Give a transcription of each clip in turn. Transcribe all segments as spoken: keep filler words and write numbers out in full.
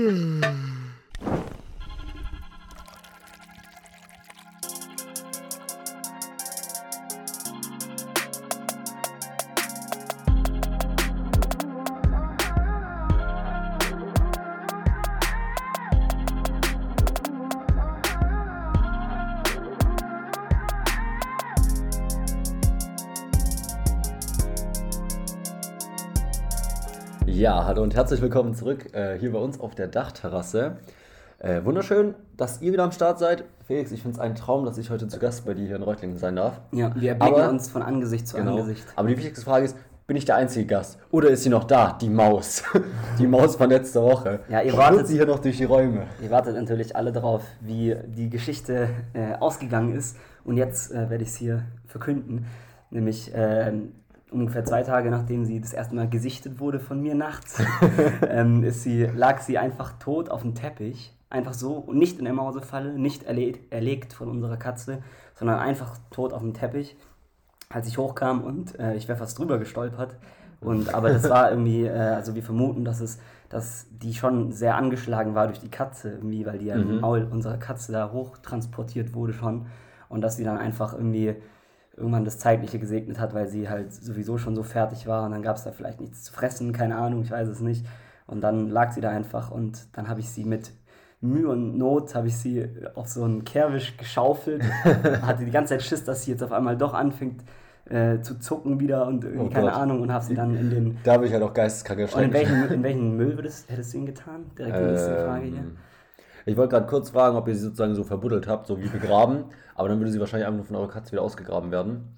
Ja, hallo und herzlich willkommen zurück äh, hier bei uns auf der Dachterrasse. Äh, wunderschön, dass ihr wieder am Start seid. Felix, ich finde es ein Traum, dass ich heute zu Gast bei dir hier in Reutlingen sein darf. Ja, wir erblicken Aber, uns von Angesicht zu genau, Angesicht. Aber die wichtigste Frage ist, bin ich der einzige Gast? Oder ist sie noch da, die Maus? Die Maus von letzter Woche. Ja, ihr Schlurrt wartet sie hier noch durch die Räume. Ihr wartet natürlich alle drauf, wie die Geschichte äh, ausgegangen ist. Und jetzt äh, werde ich es hier verkünden. Nämlich äh, ungefähr zwei Tage, nachdem sie das erste Mal gesichtet wurde von mir nachts, ähm, ist sie, lag sie einfach tot auf dem Teppich. Einfach so, und nicht in der Mausefalle, nicht erlegt, erlegt von unserer Katze, sondern einfach tot auf dem Teppich. Als ich hochkam und äh, ich wäre fast drüber gestolpert. Und, aber das war irgendwie, äh, also wir vermuten, dass es, dass die schon sehr angeschlagen war durch die Katze irgendwie, weil die ja Mhm. im Maul unserer Katze da hochtransportiert wurde schon. Und dass sie dann einfach irgendwie irgendwann das Zeitliche gesegnet hat, weil sie halt sowieso schon so fertig war und dann gab es da vielleicht nichts zu fressen, keine Ahnung, ich weiß es nicht. Und dann lag sie da einfach und dann habe ich sie mit Mühe und Not, habe ich sie auf so einen Kehrwisch geschaufelt, hatte die ganze Zeit Schiss, dass sie jetzt auf einmal doch anfängt äh, zu zucken wieder und irgendwie, Oh keine Gott. Ahnung, und habe sie dann in den... Da bin ich halt auch geisteskrank Und in erschreckt. welchen, in welchen Müll würdest, hättest du ihn getan? Direkt die nächste Frage hier. Ähm, Ich wollte gerade kurz fragen, ob ihr sie sozusagen so verbuddelt habt, so wie begraben, aber dann würde sie wahrscheinlich einfach nur von eurer Katze wieder ausgegraben werden.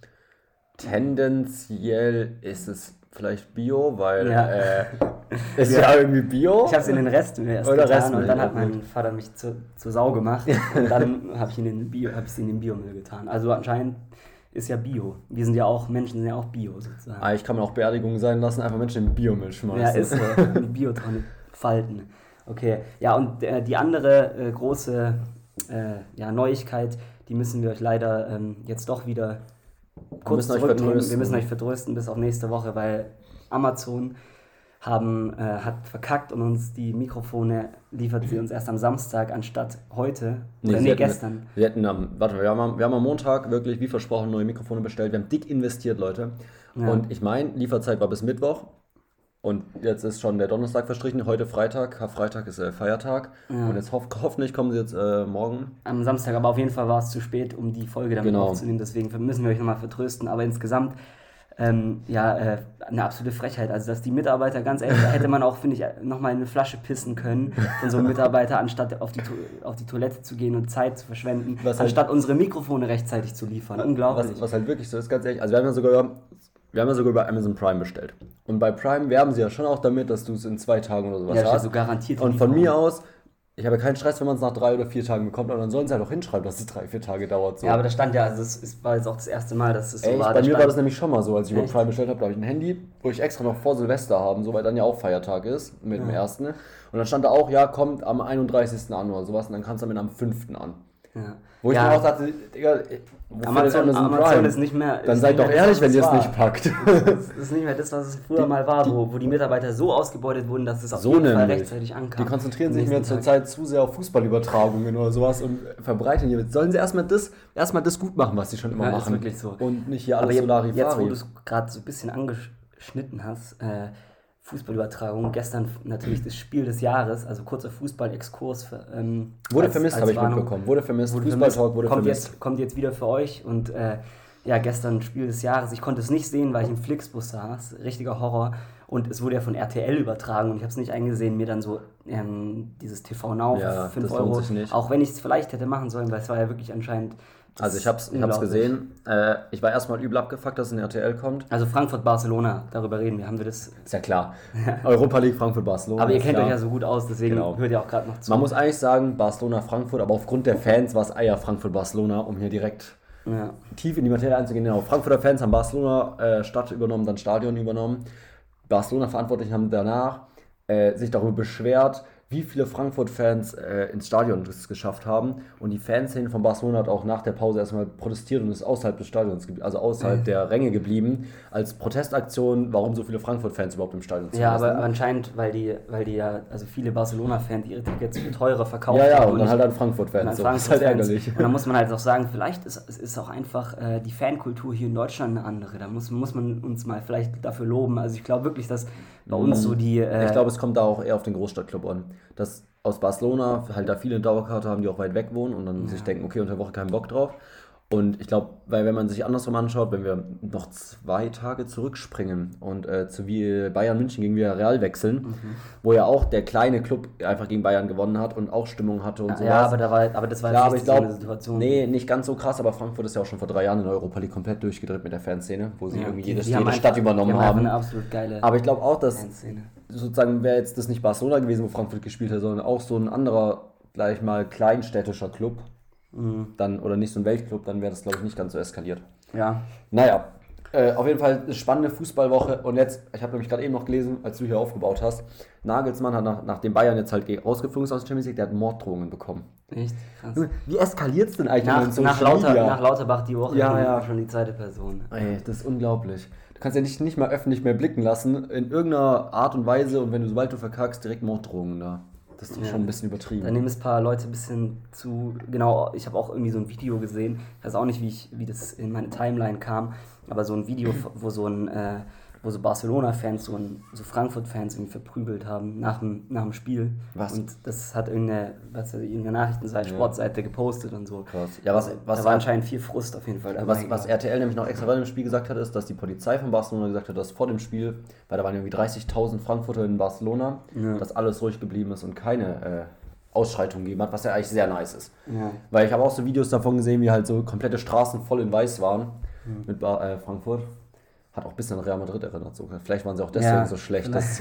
Tendenziell ist es vielleicht Bio, weil Ja. äh, ist ja, irgendwie Bio. Ich habe es in den Restmüll erst Oder getan Restmüll, und dann ja, hat mein gut. Vater mich zu, zur Sau gemacht und dann habe ich, ihn in den Bio, hab ich sie in den Biomüll getan. Also anscheinend ist ja Bio. Wir sind ja auch, Menschen sind ja auch Bio sozusagen. Ah, ich kann mir auch Beerdigungen sein lassen, einfach Menschen in den Biomüll schmeißen. Ja, ist so. Die Biotonne falten. Okay, ja, und äh, die andere äh, große äh, ja, Neuigkeit, die müssen wir euch leider ähm, jetzt doch wieder kurz müssen euch zurücknehmen. vertrösten. Wir müssen euch vertrösten bis auf nächste Woche, weil Amazon haben, äh, hat verkackt und uns die Mikrofone liefert sie uns erst am Samstag anstatt heute. Oder sie nee, hätten- gestern. Wir hätten am, warte, wir haben, am- wir haben am Montag wirklich, wie versprochen, neue Mikrofone bestellt. Wir haben dick investiert, Leute. Ja. Und ich meine, Lieferzeit war bis Mittwoch. Und jetzt ist schon der Donnerstag verstrichen, heute Freitag, Karfreitag ist äh, Feiertag. Ja. Und jetzt hoff, hoffentlich kommen sie jetzt äh, morgen. Am Samstag, aber auf jeden Fall war es zu spät, um die Folge damit Genau. aufzunehmen, deswegen müssen wir euch nochmal vertrösten, aber insgesamt ähm, ja, äh, eine absolute Frechheit, also dass die Mitarbeiter, ganz ehrlich, da hätte man auch, finde ich, nochmal in eine Flasche pissen können von so einem Mitarbeiter, anstatt auf die, To- auf die Toilette zu gehen und Zeit zu verschwenden, Was halt- anstatt unsere Mikrofone rechtzeitig zu liefern, unglaublich. Was, was halt wirklich so ist, ganz ehrlich. Also wir haben ja sogar, wir haben ja sogar über Amazon Prime bestellt. Und bei Prime werben sie ja schon auch damit, dass du es in zwei Tagen oder sowas ja, das ist hast. so garantiert. Und von mir aus, ich habe keinen Stress, wenn man es nach drei oder vier Tagen bekommt, aber dann sollen sie halt auch hinschreiben, dass es drei, vier Tage dauert. So. Ja, aber das stand ja, also es ist- war jetzt auch das erste Mal, dass es so Echt? war. Bei Da mir stand- war das nämlich schon mal so, als ich über Echt? Prime bestellt habe, da habe ich ein Handy, wo ich extra noch vor Silvester haben, so weil dann ja auch Feiertag ist, mit dem Ja. ersten. Und dann stand da auch, ja, kommt am einunddreißigsten an oder sowas und dann kam es dann am fünften an. Ja. Wo ich ja. mir auch dachte, Digga, wofür Amazon, denn Amazon Prime? ist nicht mehr. Dann ist seid nicht doch mehr ehrlich, das, wenn ihr was es war. nicht packt. Das ist nicht mehr das, was es früher Die- mal war, die- wo, wo die Mitarbeiter so ausgebeutet wurden, dass es auf So jeden Fall nämlich. rechtzeitig ankam. Die konzentrieren Am sich mir nächsten Tag. zurzeit zu sehr auf Fußballübertragungen oder sowas und verbreiten hier. Sollen sie erstmal das, erstmal das gut machen, was sie schon immer Ja, ist machen. wirklich so. Und nicht hier Aber alles jetzt, Solari jetzt, wo du es gerade so ein bisschen angeschnitten hast, äh, Fußballübertragung, gestern natürlich das Spiel des Jahres, also kurzer Fußball-Exkurs. für, Ähm, Wurde als- vermisst, als habe ich Warnung. mitbekommen. Wurde vermisst, Wurde Fußballtalk wurde kommt vermisst. Jetzt, kommt jetzt wieder für euch und äh, ja, gestern Spiel des Jahres. Ich konnte es nicht sehen, weil ich im Flixbus saß. Richtiger Horror. Und es wurde ja von R T L übertragen und ich habe es nicht eingesehen, mir dann so ähm, dieses T V Now Ja, für fünf das lohnt Euro, sich nicht. auch wenn ich es vielleicht hätte machen sollen, weil es war ja wirklich anscheinend. Also ich hab's, ich hab's unglaublich. gesehen. Äh, ich war erstmal übel abgefuckt, dass es in R T L kommt. Also Frankfurt-Barcelona, darüber reden wir, haben wir das. Ist ja klar. Europa League, Frankfurt, Barcelona. Aber ihr ist kennt klar. euch ja so gut aus, deswegen Genau. hört ihr auch gerade noch zu. Man muss eigentlich sagen, Barcelona, Frankfurt, aber aufgrund der Fans war es Eier Frankfurt, Barcelona, um hier direkt ja. tief in die Materie einzugehen. Genau, Frankfurter Fans haben Barcelona äh, Stadt übernommen, dann Stadion übernommen. Barcelona-Verantwortlichen haben danach äh, sich darüber beschwert, wie viele Frankfurt-Fans äh, ins Stadion es geschafft haben. Und die Fanszene von Barcelona hat auch nach der Pause erstmal protestiert und ist außerhalb des Stadions, also außerhalb mhm. der Ränge geblieben, als Protestaktion, warum so viele Frankfurt-Fans überhaupt im Stadion sind. Ja, aber ne? anscheinend, weil die, weil die ja, also viele Barcelona-Fans ihre Tickets viel teurer verkaufen. Ja, ja, und, und dann halt an Frankfurt-Fans. So. Das ist halt ärgerlich. Und dann muss man halt auch sagen, vielleicht ist es ist auch einfach äh, die Fankultur hier in Deutschland eine andere. Da muss, muss man uns mal vielleicht dafür loben. Also ich glaube wirklich, dass bei uns so die... Äh, ich glaube, es kommt da auch eher auf den Großstadtclub an. Dass aus Barcelona halt da viele Dauerkarte haben, die auch weit weg wohnen und dann ja. sich denken, okay, unter der Woche keinen Bock drauf. Und ich glaube, weil wenn man sich andersrum anschaut, wenn wir noch zwei Tage zurückspringen und äh, zu wie Bayern München gegen Villarreal wechseln, mhm. wo ja auch der kleine Club einfach gegen Bayern gewonnen hat und auch Stimmung hatte und ja, sowas. Ja, aber, da war, aber das war Klar, jetzt nicht so eine Situation. Nee, nicht ganz so krass, aber Frankfurt ist ja auch schon vor drei Jahren in der Europa League komplett durchgedreht mit der Fanszene, wo sie ja, irgendwie die, jede, die jede Stadt einfach, übernommen die haben. haben. Eine absolut geile aber ich glaube auch, dass Fanszene. Sozusagen wäre jetzt das nicht Barcelona gewesen, wo Frankfurt gespielt hat, sondern auch so ein anderer, gleich mal kleinstädtischer Club. Mhm. Dann, oder nicht so ein Weltclub, dann wäre das, glaube ich, nicht ganz so eskaliert. Ja. Naja, äh, auf jeden Fall eine spannende Fußballwoche. Und jetzt, ich habe nämlich gerade eben noch gelesen, als du hier aufgebaut hast, Nagelsmann hat nach, nachdem Bayern jetzt halt rausgeflogen ist aus der Champions League, der hat Morddrohungen bekommen. Echt? Krass. Wie eskaliert es denn eigentlich nach, in so nach, Lauter, nach Lauterbach die Woche ja, ja. schon die zweite Person. Ey, das ist unglaublich. Du kannst ja nicht, nicht mal öffentlich mehr blicken lassen, in irgendeiner Art und Weise, und wenn du, sobald du verkackst, direkt Morddrohungen da. Das ist doch ja. schon ein bisschen übertrieben. Da nehmen es ein paar Leute ein bisschen zu, genau, ich habe auch irgendwie so ein Video gesehen, ich weiß auch nicht, wie, ich, wie das in meine Timeline kam, aber so ein Video, wo so ein, äh, wo so Barcelona-Fans, so, ein, so Frankfurt-Fans irgendwie verprügelt haben nach dem, nach dem Spiel. Was? Und das hat irgendeine, was, irgendeine Nachrichtenseite, ja. Sportseite gepostet und so. Krass. Ja, was, was da war anscheinend viel Frust auf jeden Fall dabei. Was, was R T L nämlich noch extra bei dem Spiel gesagt hat, ist, dass die Polizei von Barcelona gesagt hat, dass vor dem Spiel, weil da waren irgendwie dreißigtausend Frankfurter in Barcelona, ja. dass alles ruhig geblieben ist und keine äh, Ausschreitungen gegeben hat, was ja eigentlich sehr nice ist. Ja. Weil ich habe auch so Videos davon gesehen, wie halt so komplette Straßen voll in weiß waren mhm. mit Bar, äh, Frankfurt. Hat auch ein bisschen an Real Madrid erinnert sogar. Vielleicht waren sie auch deswegen ja, so schlecht. Dass,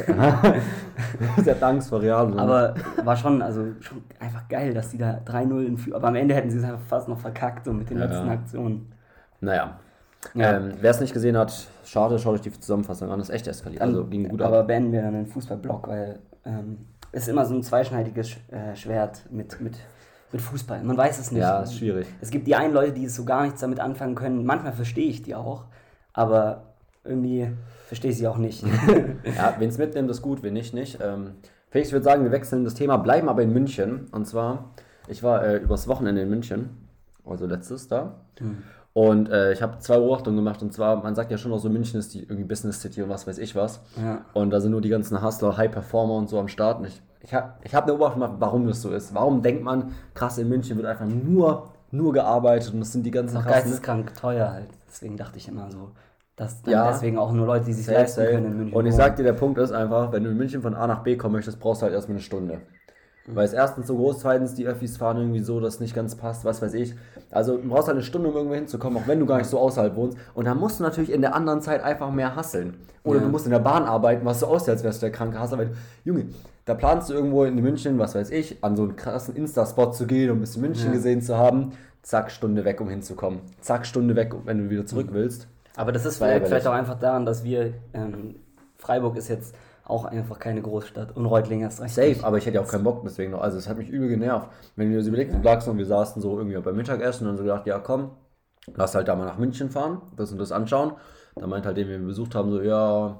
sie hat Angst vor Real. Aber war schon, also schon einfach geil, dass die da drei null in Führung. Aber am Ende hätten sie es einfach fast noch verkackt so mit den ja. letzten Aktionen. Naja. Ja. Ähm, wer es nicht gesehen hat, schade, schaut euch die Zusammenfassung an. Das ist echt eskaliert. Also ging gut aber ab. beenden wir dann den Fußballblock, weil ähm, es ist immer so ein zweischneidiges äh, Schwert mit, mit, mit Fußball. Man weiß es nicht. Ja, ist schwierig. Es gibt die einen Leute, die so gar nichts damit anfangen können. Manchmal verstehe ich die auch, aber irgendwie verstehe ich sie auch nicht. Ja, wen es mitnimmt, ist gut, wen nicht, nicht. Ähm, Felix, ich würde sagen, wir wechseln das Thema, bleiben aber in München. Und zwar, ich war äh, übers Wochenende in München, also letztes da. Mhm. Und äh, ich habe zwei Beobachtungen gemacht. Und zwar, man sagt ja schon auch so, München ist die irgendwie Business City und was weiß ich was. Ja. Und da sind nur die ganzen Hustler, High Performer und so am Start. Und ich, ich habe ich hab eine Beobachtung gemacht, warum das so ist. Warum denkt man, krass, in München wird einfach nur, nur gearbeitet und das sind die ganzen Krassen. Geisteskrank teuer halt. Deswegen dachte ich immer so. Das dann ja, deswegen auch nur Leute, die sich safe, leisten safe. können in München. Und ich sag dir, der Punkt ist einfach, wenn du in München von A nach B kommen möchtest, brauchst du halt erstmal eine Stunde. Mhm. Weil es erstens so groß, zweitens die Öffis fahren irgendwie so, dass es nicht ganz passt, was weiß ich. Also du brauchst halt eine Stunde, um irgendwo hinzukommen, auch wenn du gar nicht so außerhalb wohnst. Und dann musst du natürlich in der anderen Zeit einfach mehr hustlen. Oder ja. du musst in der Bahn arbeiten, was so aussieht, als wärst du der kranke Hustler. Weil, Junge, da planst du irgendwo in München, was weiß ich, an so einen krassen Insta-Spot zu gehen, um ein bisschen München ja. gesehen zu haben. Zack, Stunde weg, um hinzukommen. Zack, Stunde weg, wenn du wieder zurück willst. Aber das ist vielleicht, vielleicht auch einfach daran, dass wir, ähm, Freiburg ist jetzt auch einfach keine Großstadt und Reutlingen ist recht. Safe, aber ich hätte ja auch keinen Bock deswegen noch. Also es hat mich übel genervt. Wenn du dir das überlegst, du lagst und wir saßen so irgendwie beim Mittagessen und dann so gedacht, ja komm, lass halt da mal nach München fahren, das und das anschauen. Dann meint halt den, den wir besucht haben, so ja,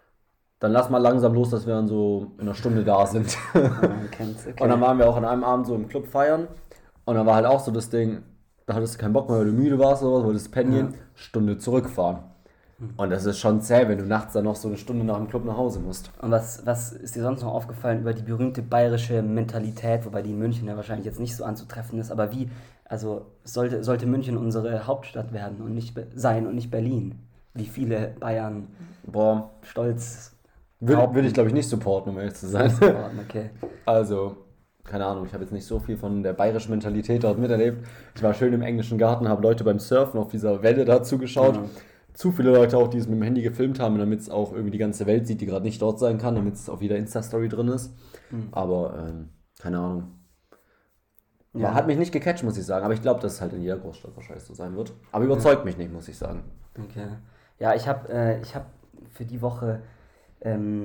dann lass mal langsam los, dass wir dann so in einer Stunde da sind. Ja, man kennt's, okay. Und dann waren wir auch an einem Abend so im Club feiern und dann war halt auch so das Ding, da hattest du keinen Bock mehr, weil du müde warst oder was, wolltest pennen gehen, ja. Stunde zurückfahren. Und das ist schon zäh, wenn du nachts dann noch so eine Stunde nach dem Club nach Hause musst. Und was, was ist dir sonst noch aufgefallen über die berühmte bayerische Mentalität, wobei die in München ja wahrscheinlich jetzt nicht so anzutreffen ist, aber wie, also sollte, sollte München unsere Hauptstadt werden und nicht sein und nicht Berlin? Wie viele Bayern Boah. stolz Würde würd ich, glaube ich, nicht supporten, um ehrlich zu sein. Okay. Also, keine Ahnung, ich habe jetzt nicht so viel von der bayerischen Mentalität dort miterlebt. Ich war schön im englischen Garten, habe Leute beim Surfen auf dieser Welle da zugeschaut. Ja. Zu viele Leute auch, die es mit dem Handy gefilmt haben, damit es auch irgendwie die ganze Welt sieht, die gerade nicht dort sein kann, damit es auf jeder Insta-Story drin ist. Mhm. Aber, ähm, keine Ahnung. Ja. Hat mich nicht gecatcht, muss ich sagen. Aber ich glaube, dass es halt in jeder Großstadt wahrscheinlich so sein wird. Aber überzeugt ja. mich nicht, muss ich sagen. Okay. Ja, ich habe äh, ich hab für die Woche ähm,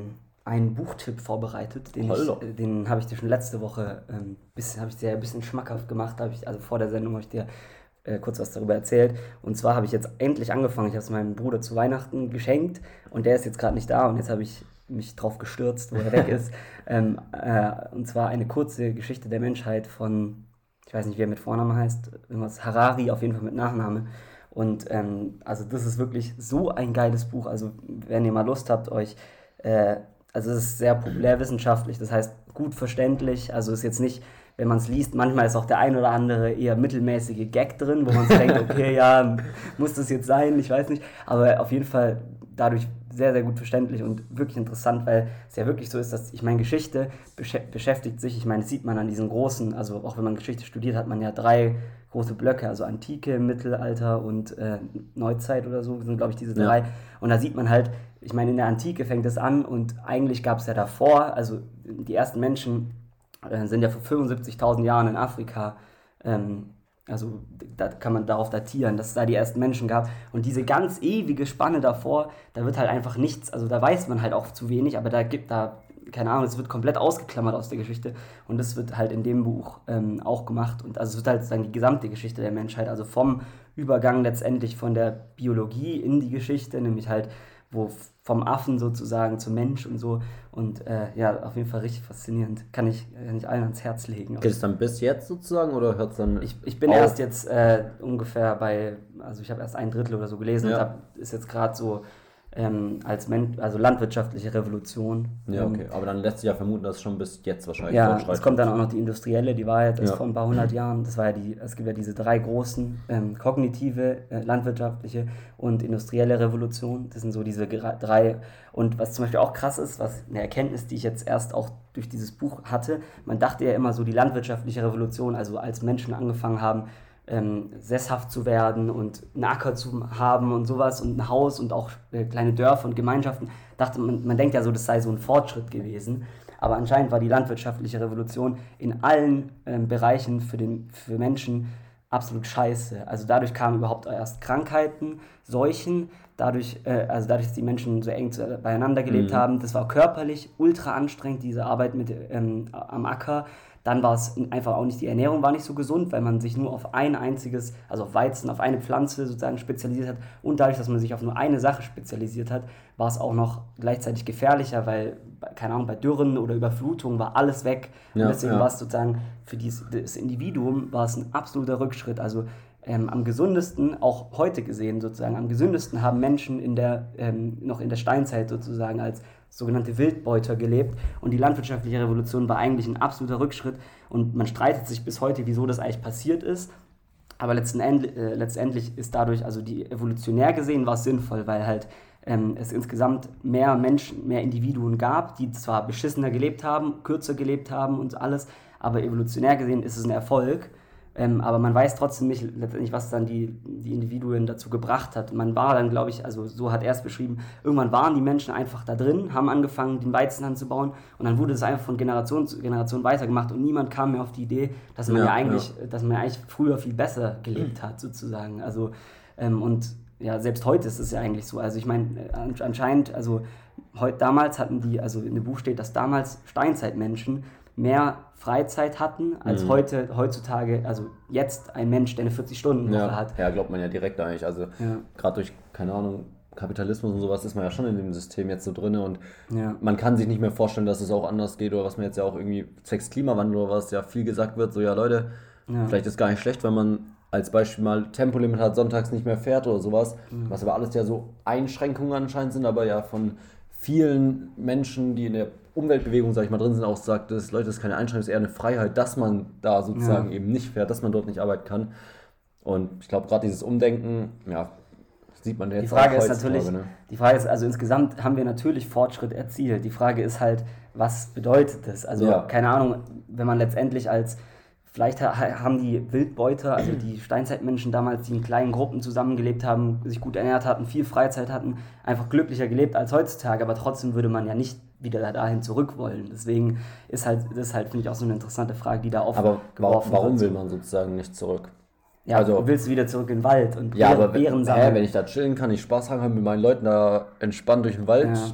einen Buchtipp vorbereitet, den, ich, äh, den habe ich dir schon letzte Woche ähm, bisschen, habe ich dir ein bisschen schmackhaft gemacht, habe ich, also vor der Sendung habe ich dir äh, kurz was darüber erzählt. Und zwar habe ich jetzt endlich angefangen, ich habe es meinem Bruder zu Weihnachten geschenkt und der ist jetzt gerade nicht da und jetzt habe ich mich drauf gestürzt, wo er weg ist. Ähm, äh, und zwar eine kurze Geschichte der Menschheit von, ich weiß nicht, wie er mit Vornamen heißt, irgendwas Harari, auf jeden Fall mit Nachname. Und ähm, also das ist wirklich so ein geiles Buch. Also wenn ihr mal Lust habt, euch, äh, also es ist sehr populärwissenschaftlich, das heißt gut verständlich. Also ist jetzt nicht, wenn man es liest, manchmal ist auch der ein oder andere eher mittelmäßige Gag drin, wo man sich denkt, okay, ja, muss das jetzt sein, ich weiß nicht. Aber auf jeden Fall dadurch sehr, sehr gut verständlich und wirklich interessant, weil es ja wirklich so ist, dass, ich meine, Geschichte besch- beschäftigt sich, ich meine, das sieht man an diesen großen, also auch wenn man Geschichte studiert, hat man ja drei große Blöcke, also Antike, Mittelalter und äh, Neuzeit oder so, sind, glaube ich, diese drei. Ja. Und da sieht man halt, ich meine, in der Antike fängt es an und eigentlich gab es ja davor, also die ersten Menschen äh, sind ja vor fünfundsiebzigtausend Jahren in Afrika, ähm, also da kann man darauf datieren, dass es da die ersten Menschen gab. Und diese ganz ewige Spanne davor, da wird halt einfach nichts, also da weiß man halt auch zu wenig, aber da gibt da, keine Ahnung, es wird komplett ausgeklammert aus der Geschichte. Und das wird halt in dem Buch ähm, auch gemacht. Und also es wird halt sozusagen die gesamte Geschichte der Menschheit, also vom Übergang letztendlich von der Biologie in die Geschichte, nämlich halt wo vom Affen sozusagen zum Mensch und so. Und äh, ja, auf jeden Fall richtig faszinierend. Kann ich, kann ich allen ans Herz legen. Geht es dann bis jetzt sozusagen oder hört es dann Ich, ich bin auf? erst jetzt äh, ungefähr bei, also ich habe erst ein Drittel oder so gelesen ja. und hab, ist jetzt gerade so ähm, als Men- also landwirtschaftliche Revolution. Ja, okay. Aber dann lässt sich ja vermuten, dass es schon bis jetzt wahrscheinlich ja, es kommt dann auch noch die industrielle, die war jetzt ja. vor ein paar hundert Jahren. Das war ja die, es gibt ja diese drei großen ähm, kognitive, äh, landwirtschaftliche und industrielle Revolution. Das sind so diese gra- drei. Und was zum Beispiel auch krass ist, was eine Erkenntnis, die ich jetzt erst auch durch dieses Buch hatte, man dachte ja immer so, die landwirtschaftliche Revolution, also als Menschen angefangen haben, Ähm, sesshaft zu werden und einen Acker zu haben und sowas und ein Haus und auch äh, kleine Dörfer und Gemeinschaften, dachte man, man denkt ja so, das sei so ein Fortschritt gewesen, aber anscheinend war die landwirtschaftliche Revolution in allen ähm, Bereichen für, den, für Menschen absolut scheiße. Also dadurch kamen überhaupt erst Krankheiten, Seuchen, dadurch, äh, also dadurch, dass die Menschen so eng zu, beieinander gelebt mhm. haben, das war körperlich ultra anstrengend, diese Arbeit mit, ähm, am Acker. Dann war es einfach auch nicht, die Ernährung war nicht so gesund, weil man sich nur auf ein einziges, also auf Weizen, auf eine Pflanze sozusagen spezialisiert hat. Und dadurch, dass man sich auf nur eine Sache spezialisiert hat, war es auch noch gleichzeitig gefährlicher, weil, keine Ahnung, bei Dürren oder Überflutungen war alles weg. Ja, und deswegen ja. war es sozusagen für dieses, das Individuum war es ein absoluter Rückschritt. Also ähm, am gesündesten, auch heute gesehen sozusagen, am gesündesten haben Menschen in der, ähm, noch in der Steinzeit sozusagen als sogenannte Wildbeuter gelebt und die landwirtschaftliche Revolution war eigentlich ein absoluter Rückschritt und man streitet sich bis heute, wieso das eigentlich passiert ist, aber letzten End, äh, letztendlich ist dadurch, also die evolutionär gesehen war es sinnvoll, weil halt ähm, es insgesamt mehr Menschen, mehr Individuen gab, die zwar beschissener gelebt haben, kürzer gelebt haben und alles, aber evolutionär gesehen ist es ein Erfolg. Ähm, aber man weiß trotzdem nicht letztendlich, was dann die, die Individuen dazu gebracht hat. Man war dann, glaube ich, also so hat er es beschrieben, irgendwann waren die Menschen einfach da drin, haben angefangen, den Weizen anzubauen und dann wurde es einfach von Generation zu Generation weitergemacht und niemand kam mehr auf die Idee, dass man ja, ja eigentlich, ja. dass man ja eigentlich früher viel besser gelebt hat, sozusagen. Also, ähm, und ja, selbst heute ist es ja eigentlich so. Also ich meine, anscheinend, also heut, damals hatten die, also in dem Buch steht, dass damals Steinzeitmenschen mehr Freizeit hatten, als mhm. heute, heutzutage, also jetzt ein Mensch, der eine vierzig-Stunden-Woche ja. hat. Ja, glaubt man ja direkt eigentlich. Also ja. gerade durch, keine Ahnung, Kapitalismus und sowas ist man ja schon in dem System jetzt so drin und ja. man kann sich nicht mehr vorstellen, dass es auch anders geht oder was man jetzt ja auch irgendwie zwecks Klimawandel oder was ja viel gesagt wird, so ja Leute, ja. vielleicht ist gar nicht schlecht, wenn man als Beispiel mal Tempolimit hat, sonntags nicht mehr fährt oder sowas, mhm. was aber alles ja so Einschränkungen anscheinend sind, aber ja von vielen Menschen, die in der Umweltbewegung, sag ich mal, drin sind, auch sagt, dass Leute, das ist keine Einschränkung, das ist eher eine Freiheit, dass man da sozusagen ja. eben nicht fährt, dass man dort nicht arbeiten kann. Und ich glaube, gerade dieses Umdenken, ja, sieht man jetzt. Die Frage ist natürlich, ne? die Frage ist, also insgesamt haben wir natürlich Fortschritt erzielt. Die Frage ist halt, was bedeutet das? Also, ja. keine Ahnung, wenn man letztendlich als, vielleicht haben die Wildbeuter, also die Steinzeitmenschen damals, die in kleinen Gruppen zusammengelebt haben, sich gut ernährt hatten, viel Freizeit hatten, einfach glücklicher gelebt als heutzutage, aber trotzdem würde man ja nicht wieder dahin zurück wollen. Deswegen ist halt, das ist halt, finde ich, auch so eine interessante Frage, die da aufgeworfen wird. Aber warum will man sozusagen nicht zurück? Ja, also, willst du wieder zurück in den Wald und ja, Beeren, aber Beeren sammeln? Hä, wenn ich da chillen kann, ich Spaß haben kann, mit meinen Leuten da entspannt durch den Wald ja.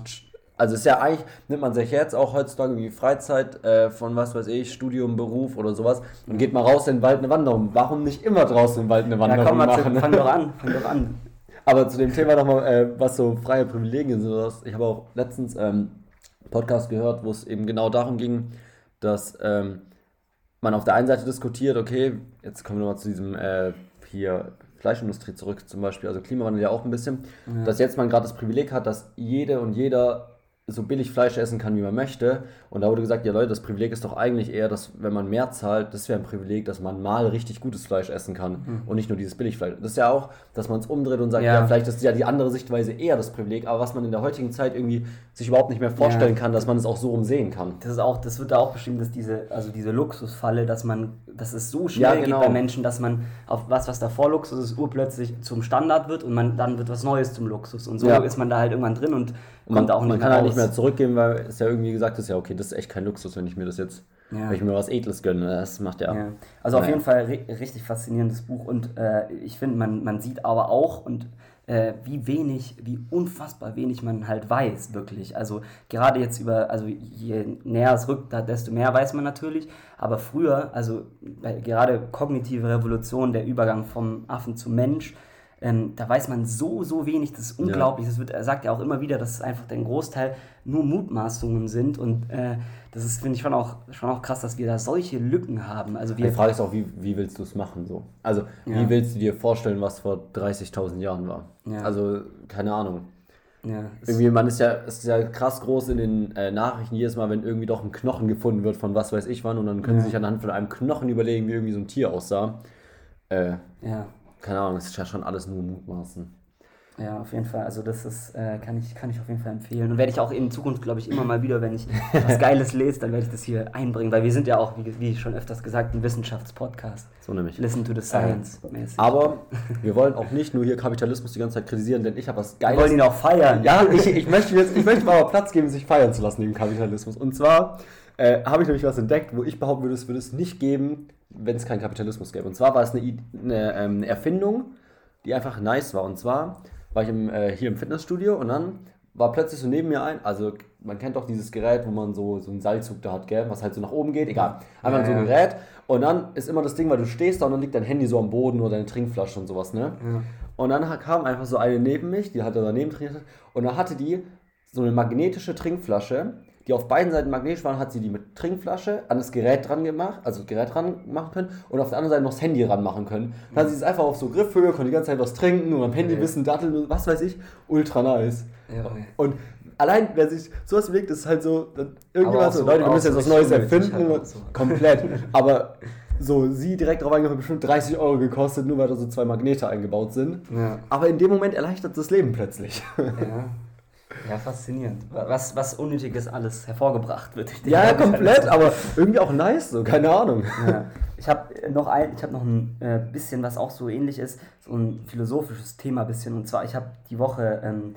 Also ist ja eigentlich, nimmt man sich jetzt auch heutzutage wie Freizeit äh, von was weiß ich, Studium, Beruf oder sowas und geht mal raus in den Wald eine Wanderung. Warum nicht immer draußen im Wald eine Wanderung ja, komm, machen? Zu, fang doch an, fang doch an. Aber zu dem Thema nochmal, äh, was so freie Privilegien sind. Ich habe auch letztens ähm, einen Podcast gehört, wo es eben genau darum ging, dass ähm, man auf der einen Seite diskutiert, okay, jetzt kommen wir nochmal zu diesem äh, hier Fleischindustrie zurück zum Beispiel, also Klimawandel ja auch ein bisschen, ja. dass jetzt man gerade das Privileg hat, dass jede und jeder so billig Fleisch essen kann, wie man möchte. Und da wurde gesagt, ja Leute, das Privileg ist doch eigentlich eher, dass wenn man mehr zahlt, das wäre ein Privileg, dass man mal richtig gutes Fleisch essen kann mhm. und nicht nur dieses Billigfleisch. Das ist ja auch, dass man es umdreht und sagt, ja. ja, vielleicht ist ja die andere Sichtweise eher das Privileg, aber was man in der heutigen Zeit irgendwie sich überhaupt nicht mehr vorstellen ja. kann, dass man es auch so rumsehen kann. Das ist auch, das wird da auch beschrieben, dass diese, also diese Luxusfalle, dass man, dass es so schnell ja, genau. geht bei Menschen, dass man auf was, was davor Luxus ist, urplötzlich zum Standard wird und man dann wird was Neues zum Luxus. Und so ja. ist man da halt irgendwann drin und Und man, auch nicht man kann halt nicht mehr zurückgehen, weil es ja irgendwie gesagt ist, ja okay, das ist echt kein Luxus, wenn ich mir das jetzt, ja. wenn ich mir was Edles gönne, das macht ja... ja. Also naja. auf jeden Fall ri- richtig faszinierendes Buch und äh, ich finde, man, man sieht aber auch und äh, wie wenig, wie unfassbar wenig man halt weiß, wirklich. Also gerade jetzt über, also je näher es rückt, desto mehr weiß man natürlich, aber früher, also bei, gerade kognitive Revolution, der Übergang vom Affen zum Mensch, Ähm, da weiß man so, so wenig, das ist unglaublich. Ja. Das wird, er sagt ja auch immer wieder, dass es einfach der Großteil nur Mutmaßungen sind und äh, das ist, finde ich, schon auch, schon auch krass, dass wir da solche Lücken haben. Also wir Die Frage ist auch, wie, wie willst du es machen? So? Also, ja. wie willst du dir vorstellen, was vor dreißigtausend Jahren war? Ja. Also, keine Ahnung. Ja, irgendwie, man ist ja, ist ja krass groß in den äh, Nachrichten jedes Mal, wenn irgendwie doch ein Knochen gefunden wird von was weiß ich wann und dann können ja. sie sich anhand von einem Knochen überlegen, wie irgendwie so ein Tier aussah. Äh, ja. Keine Ahnung, das ist ja schon alles nur Mutmaßen. Ja, auf jeden Fall. Also das ist, äh, kann ich, kann ich auf jeden Fall empfehlen. Und werde ich auch in Zukunft, glaube ich, immer mal wieder, wenn ich was Geiles lese, dann werde ich das hier einbringen. Weil wir sind ja auch, wie, wie schon öfters gesagt, ein Wissenschaftspodcast. So nämlich. Listen to the science. Ähm, aber wir wollen auch nicht nur hier Kapitalismus die ganze Zeit kritisieren, denn ich habe was Geiles. Wir wollen ihn auch feiern. Ja, ich, ich möchte jetzt, ich möchte mal Platz geben, sich feiern zu lassen neben Kapitalismus. Und zwar äh, habe ich nämlich was entdeckt, wo ich behaupten würde, es würde es nicht geben, wenn es keinen Kapitalismus gäbe. Und zwar war es eine, eine, eine Erfindung, die einfach nice war. Und zwar war ich im, äh, hier im Fitnessstudio und dann war plötzlich so neben mir ein, also man kennt doch dieses Gerät, wo man so, so einen Seilzug da hat, gell, was halt so nach oben geht, egal. Einfach ja, so ein ja. Gerät und dann ist immer das Ding, weil du stehst da und dann liegt dein Handy so am Boden oder deine Trinkflasche und sowas, ne? Ja. Und dann kam einfach so eine neben mich, die hatte daneben trainiert und dann hatte die so eine magnetische Trinkflasche, die auf beiden Seiten magnetisch waren, hat sie die mit Trinkflasche an das Gerät dran gemacht, also das Gerät dran machen können und auf der anderen Seite noch das Handy ran machen können. Dann hat sie es einfach auf so Griffhöhe, konnte die ganze Zeit was trinken und am Handy okay. wissen, datteln, was weiß ich, ultra nice. Ja, okay. Und allein, wer sich sowas überlegt, ist halt so, irgendjemand so, so, Leute, wir müssen jetzt was Neues erfinden, halt so. Komplett. Aber so, sie direkt drauf eingegangen, hat bestimmt dreißig Euro gekostet, nur weil da so zwei Magnete eingebaut sind. Ja. Aber in dem Moment erleichtert das Leben plötzlich. Ja. Ja, faszinierend. Was, was Unnötiges alles hervorgebracht wird. Ja, komplett, aber irgendwie auch nice, so, keine Ahnung. Ja. Ich habe noch ein, ich habe noch ein äh, bisschen, was auch so ähnlich ist, so ein philosophisches Thema bisschen. Und zwar, ich habe die Woche ähm,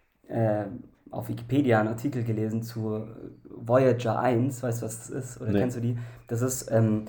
äh, auf Wikipedia einen Artikel gelesen zu Voyager eins, weißt du, was das ist? Oder nee. Kennst du die? Das ist, ähm,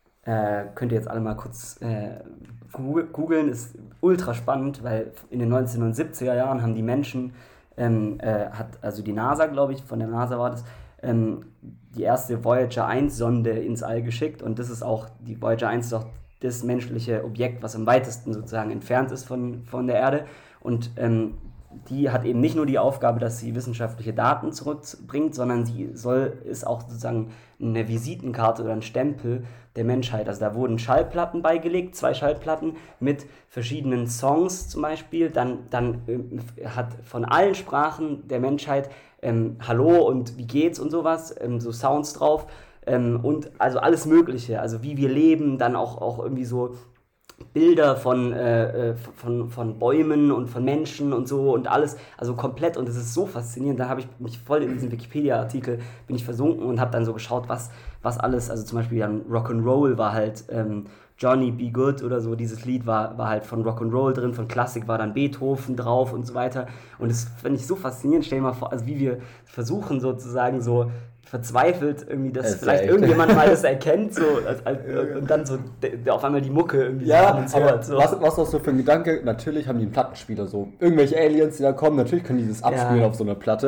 äh, könnt ihr jetzt alle mal kurz äh, googeln, ist ultra spannend, weil in den neunzehnhundertsiebziger Jahren haben die Menschen Ähm, äh, hat also die NASA, glaube ich, von der NASA war das, ähm, die erste Voyager eins Sonde ins All geschickt und das ist auch, die Voyager eins ist auch das menschliche Objekt, was am weitesten sozusagen entfernt ist von, von der Erde und ähm, die hat eben nicht nur die Aufgabe, dass sie wissenschaftliche Daten zurückbringt, sondern sie soll, ist auch sozusagen eine Visitenkarte oder ein Stempel der Menschheit. Also da wurden Schallplatten beigelegt, zwei Schallplatten mit verschiedenen Songs zum Beispiel. Dann, dann äh, hat von allen Sprachen der Menschheit ähm, Hallo und wie geht's und sowas, ähm, so Sounds drauf. Ähm, und also alles Mögliche, also wie wir leben, dann auch, auch irgendwie so Bilder von, äh, von, von Bäumen und von Menschen und so und alles, also komplett und es ist so faszinierend, da habe ich mich voll in diesen Wikipedia-Artikel, bin ich versunken und habe dann so geschaut, was, was alles, also zum Beispiel dann Rock'n'Roll war halt ähm, Johnny Be Good oder so, dieses Lied war, war halt von Rock'n'Roll drin, von Klassik war dann Beethoven drauf und so weiter und das finde ich so faszinierend, stell dir mal vor, also wie wir versuchen sozusagen so verzweifelt irgendwie, dass das vielleicht irgendjemand mal das erkennt so, als, als, und dann so der auf einmal die Mucke irgendwie ja, so hört. So. Was, was auch so für ein Gedanke, natürlich haben die einen Plattenspieler so, irgendwelche Aliens, die da kommen, natürlich können die das abspielen ja. auf so einer Platte.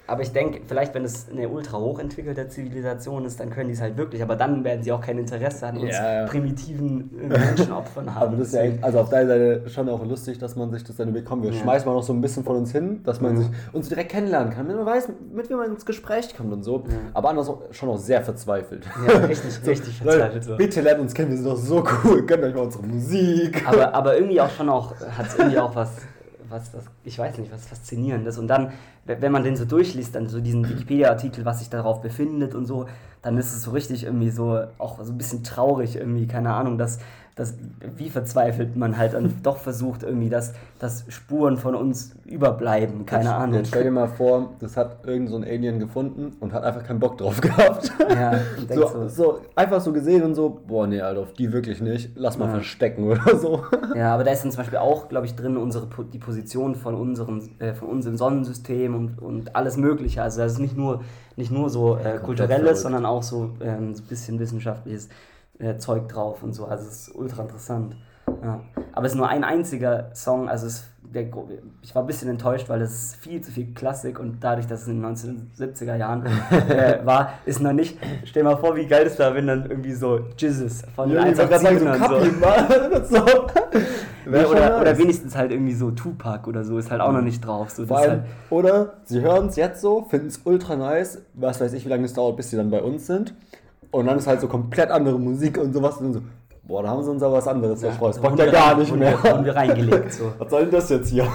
Aber ich denke, vielleicht wenn es eine ultra hochentwickelte Zivilisation ist, dann können die es halt wirklich, aber dann werden sie auch kein Interesse an uns Ja. primitiven äh, Menschenopfern haben. Aber das ist ja echt, also auf deiner Seite schon auch lustig, dass man sich das dann bekommt. Wir Ja. schmeißen mal noch so ein bisschen von uns hin, dass man Ja. sich uns direkt kennenlernen kann, damit man weiß, mit wem man ins Gespräch kommt und so. Ja. Aber anders auch- schon auch sehr verzweifelt. Ja, richtig, richtig verzweifelt so. Leute, bitte lernt uns kennen, wir sind doch so cool, gönnt euch mal unsere Musik. Aber, aber irgendwie auch schon auch, hat es irgendwie auch was, was, was, ich weiß nicht, was Faszinierendes. Und dann, w- wenn man den so durchliest, dann so diesen Wikipedia-Artikel, was sich darauf befindet und so, dann ist es so richtig irgendwie so, auch so ein bisschen traurig irgendwie, keine Ahnung, dass, dass wie verzweifelt man halt dann doch versucht irgendwie, dass, dass Spuren von uns überbleiben, keine Jetzt- Ahnung. Jetzt stell dir mal vor, das hat irgend so ein Alien gefunden und hat einfach keinen Bock drauf gehabt. Ja, und denkst So, so, so einfach so gesehen und so, boah, nee, Alter, auf die wirklich nicht. Lass mal Ja. verstecken oder so. ja, aber da ist dann zum Beispiel auch, glaube ich, drin unsere, Po- die Position von, unserem, äh, von uns im Sonnensystem und, und alles Mögliche. Also das ist nicht nur, nicht nur so äh, kulturelles, verrückt. sondern auch so ähm, so ein bisschen wissenschaftliches äh, Zeug drauf und so. Also es ist ultra interessant. Ja. Aber es ist nur ein einziger Song, also es, der, ich war ein bisschen enttäuscht, weil es ist viel zu viel Klassik und dadurch, dass es in den neunzehnhundertsiebziger Jahren äh, war, ist noch nicht, stell dir mal vor, wie geil es da, wenn dann irgendwie so Jizzes von den Ja, ich wollte gerade sagen, so und so. Kapi, Mann. So. Nee, Wär schon oder, nice. oder wenigstens halt irgendwie so Tupac oder so, ist halt auch noch nicht drauf. So, Vor das ist allem, halt, oder sie hören es jetzt so, finden es ultra nice, was weiß ich, wie lange es dauert, bis sie dann bei uns sind. Und dann ist halt so komplett andere Musik und sowas. Und dann so, boah, da haben sie uns aber was anderes ja, versprochen. Das wurden braucht ja wir gar rein- nicht wurden mehr. wir- Wurden wir reingelegt, so. Was soll denn das jetzt hier?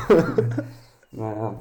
Naja,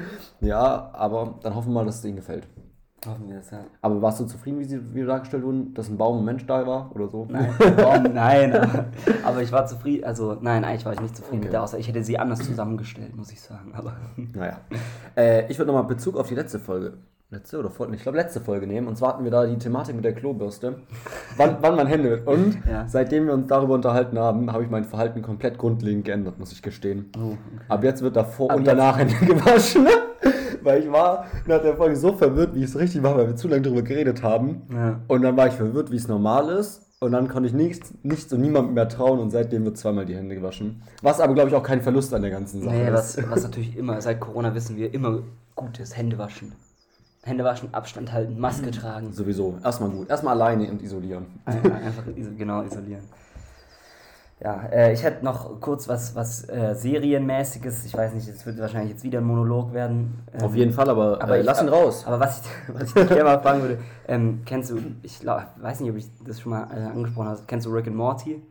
Ja, aber dann hoffen wir mal, dass es ihnen gefällt. hoffen wir es, ja. Aber warst du zufrieden, wie sie wie dargestellt wurden, dass ein Baum und ein Mensch da war oder so? Nein, warum? Nein, aber, aber ich war zufrieden, also nein, eigentlich war ich nicht zufrieden Okay. mit der Aussage. Ich hätte sie anders zusammengestellt, muss ich sagen, aber... Naja. Äh, ich würde nochmal Bezug auf die letzte Folge, letzte oder Folge, ich glaube letzte Folge nehmen. Und zwar hatten wir da die Thematik mit der Klobürste, wann, wann man Hände wird. Und Ja. seitdem wir uns darüber unterhalten haben, habe ich mein Verhalten komplett grundlegend geändert, muss ich gestehen. Oh, okay. Ab jetzt wird davor Ab und jetzt- danach Hände gewaschen. Weil ich war nach der Folge so verwirrt, wie ich es richtig mache, weil wir zu lange darüber geredet haben. Ja. Und dann war ich verwirrt, wie es normal ist. Und dann konnte ich nichts, nichts und niemandem mehr trauen und seitdem wird zweimal die Hände gewaschen. Was aber, glaube ich, auch kein Verlust an der ganzen Sache Nee, ist. was, was natürlich immer, seit Corona wissen wir, immer gut ist, Hände waschen. Hände waschen, Abstand halten, Maske tragen. Sowieso. Erstmal gut. Erstmal alleine und isolieren. Einfach einfach iso- genau isolieren. Ja, äh, ich hätte noch kurz was, was äh, Serienmäßiges. Ich weiß nicht, es wird wahrscheinlich jetzt wieder ein Monolog werden. Ähm, Auf jeden Fall, aber, aber äh, ich- lass ihn raus. Aber was ich, was ich dich gerne mal fragen würde, ähm, kennst du, ich glaub, weiß nicht, ob ich das schon mal äh, angesprochen habe, kennst du Rick and Morty?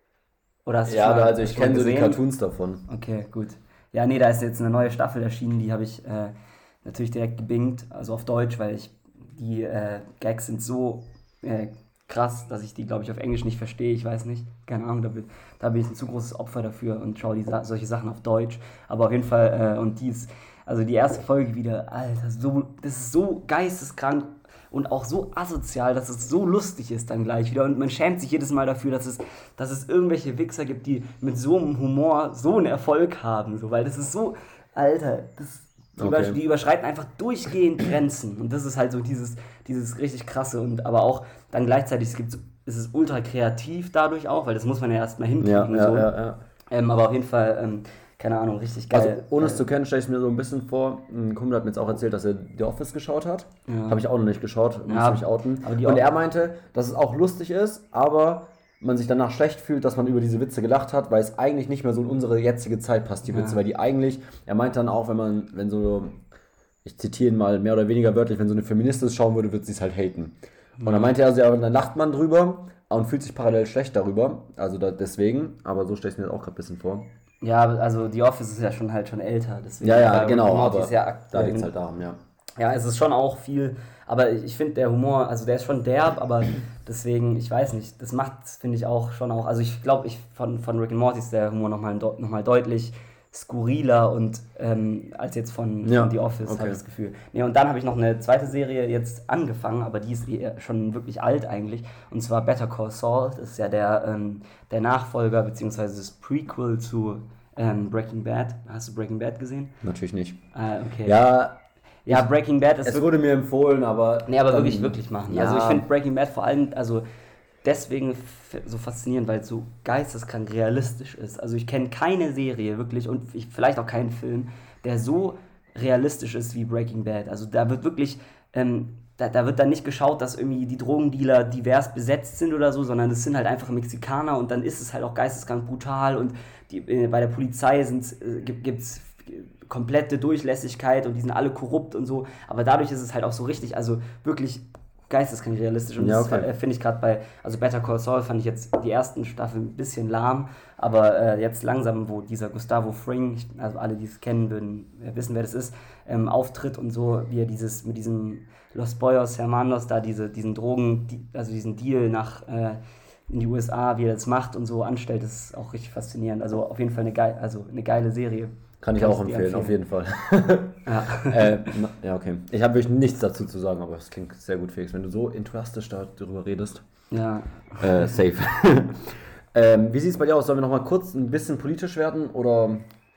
Oder hast du Ja, schon mal, da, also ich schon mal kenne so die gesehen? Cartoons davon. Okay, gut. Ja, nee, da ist jetzt eine neue Staffel erschienen, die habe ich äh, natürlich direkt gebingt, also auf Deutsch, weil ich die äh, Gags sind so äh, krass, dass ich die, glaube ich, auf Englisch nicht verstehe, ich weiß nicht, keine Ahnung, da bin, da bin ich ein zu großes Opfer dafür und schaue die Sa- solche Sachen auf Deutsch, aber auf jeden Fall, äh, und die ist, also die erste Folge wieder, Alter, so, das ist so geisteskrank und auch so asozial, dass es so lustig ist dann gleich wieder und man schämt sich jedes Mal dafür, dass es, dass es irgendwelche Wichser gibt, die mit so einem Humor so einen Erfolg haben, so, weil das ist so, Alter, das die, Okay. über, die überschreiten einfach durchgehend Grenzen und das ist halt so dieses, dieses richtig krasse und aber auch dann gleichzeitig es gibt so, es ist ultra kreativ dadurch auch, weil das muss man ja erstmal Ja, hinkriegen. ja, so. ja, ja. Ähm, aber auf jeden Fall, ähm, keine Ahnung, richtig Also, geil. ohne es Äh, zu kennen, stelle ich es mir so ein bisschen vor. Ein Kumpel hat mir jetzt auch erzählt, dass er The Office geschaut hat. Ja. Habe ich auch noch nicht geschaut, muss Ja, mich outen. aber die Und auch- er meinte, dass es auch lustig ist, aber man sich danach schlecht fühlt, dass man über diese Witze gelacht hat, weil es eigentlich nicht mehr so in unsere jetzige Zeit passt, die Ja. Witze. Weil die eigentlich, er meinte dann auch, wenn man, wenn so, ich zitiere ihn mal mehr oder weniger wörtlich, wenn so eine Feministin es schauen würde, würde sie es halt haten. Und dann meinte er, also, ja, dann lacht man drüber und fühlt sich parallel schlecht darüber. Also da, deswegen, aber so stelle ich mir das auch gerade ein bisschen vor. ja, also The Office ist ja schon halt schon älter. Deswegen, Ja, ja, weil Rick genau, and Morty aber ist ja da aktuell. liegt es halt daran, ja. Ja, es ist schon auch viel, aber ich finde der Humor, also der ist schon derb, aber deswegen, ich weiß nicht, das macht, finde ich auch schon auch, also ich glaube, ich von, von Rick and Morty ist der Humor nochmal noch mal deutlich skurriler und ähm, als jetzt von, Ja, von The Office, okay. habe ich das Gefühl. Nee, und dann habe ich noch eine zweite Serie jetzt angefangen, aber die ist eher schon wirklich alt eigentlich, und zwar Better Call Saul, das ist ja der, ähm, der Nachfolger, beziehungsweise das Prequel zu ähm, Breaking Bad. Hast du Breaking Bad gesehen? Natürlich nicht. Ah, okay. Ja, Ja, Breaking Bad ist es wirklich... wurde mir empfohlen, aber... Nee, aber dann- wirklich, wirklich machen. Ja. Also ich finde Breaking Bad vor allem, also deswegen f- so faszinierend, weil es so geisteskrank realistisch ist. Also ich kenne keine Serie wirklich und ich, vielleicht auch keinen Film, der so realistisch ist wie Breaking Bad. Also da wird wirklich, ähm, da, da wird dann nicht geschaut, dass irgendwie die Drogendealer divers besetzt sind oder so, sondern es sind halt einfach Mexikaner und dann ist es halt auch geisteskrank brutal und die, äh, bei der Polizei äh, gibt es komplette Durchlässigkeit und die sind alle korrupt und so, aber dadurch ist es halt auch so richtig, also wirklich geisteskrank realistisch und ja, das okay. finde ich gerade bei, also Better Call Saul fand ich jetzt die ersten Staffeln ein bisschen lahm, aber äh, jetzt langsam, wo dieser Gustavo Fring, ich, also alle, die es kennen würden, wissen, wer das ist, ähm, auftritt und so, wie er dieses, mit diesem Los Boyos Hermanos da diese, diesen Drogen, die, also diesen Deal nach äh, in die U S A, wie er das macht und so anstellt, das ist auch richtig faszinierend, also auf jeden Fall eine, geil, also eine geile Serie. Kann ich Kann auch empfehlen, empfehlen, auf jeden Fall. Ja, äh, na, ja okay. Ich habe wirklich nichts dazu zu sagen, aber es klingt sehr gut, Felix, wenn du so enthusiastisch darüber redest. Ja. Äh, safe. ähm, wie sieht es bei dir aus? Sollen wir noch mal kurz ein bisschen politisch werden, oder...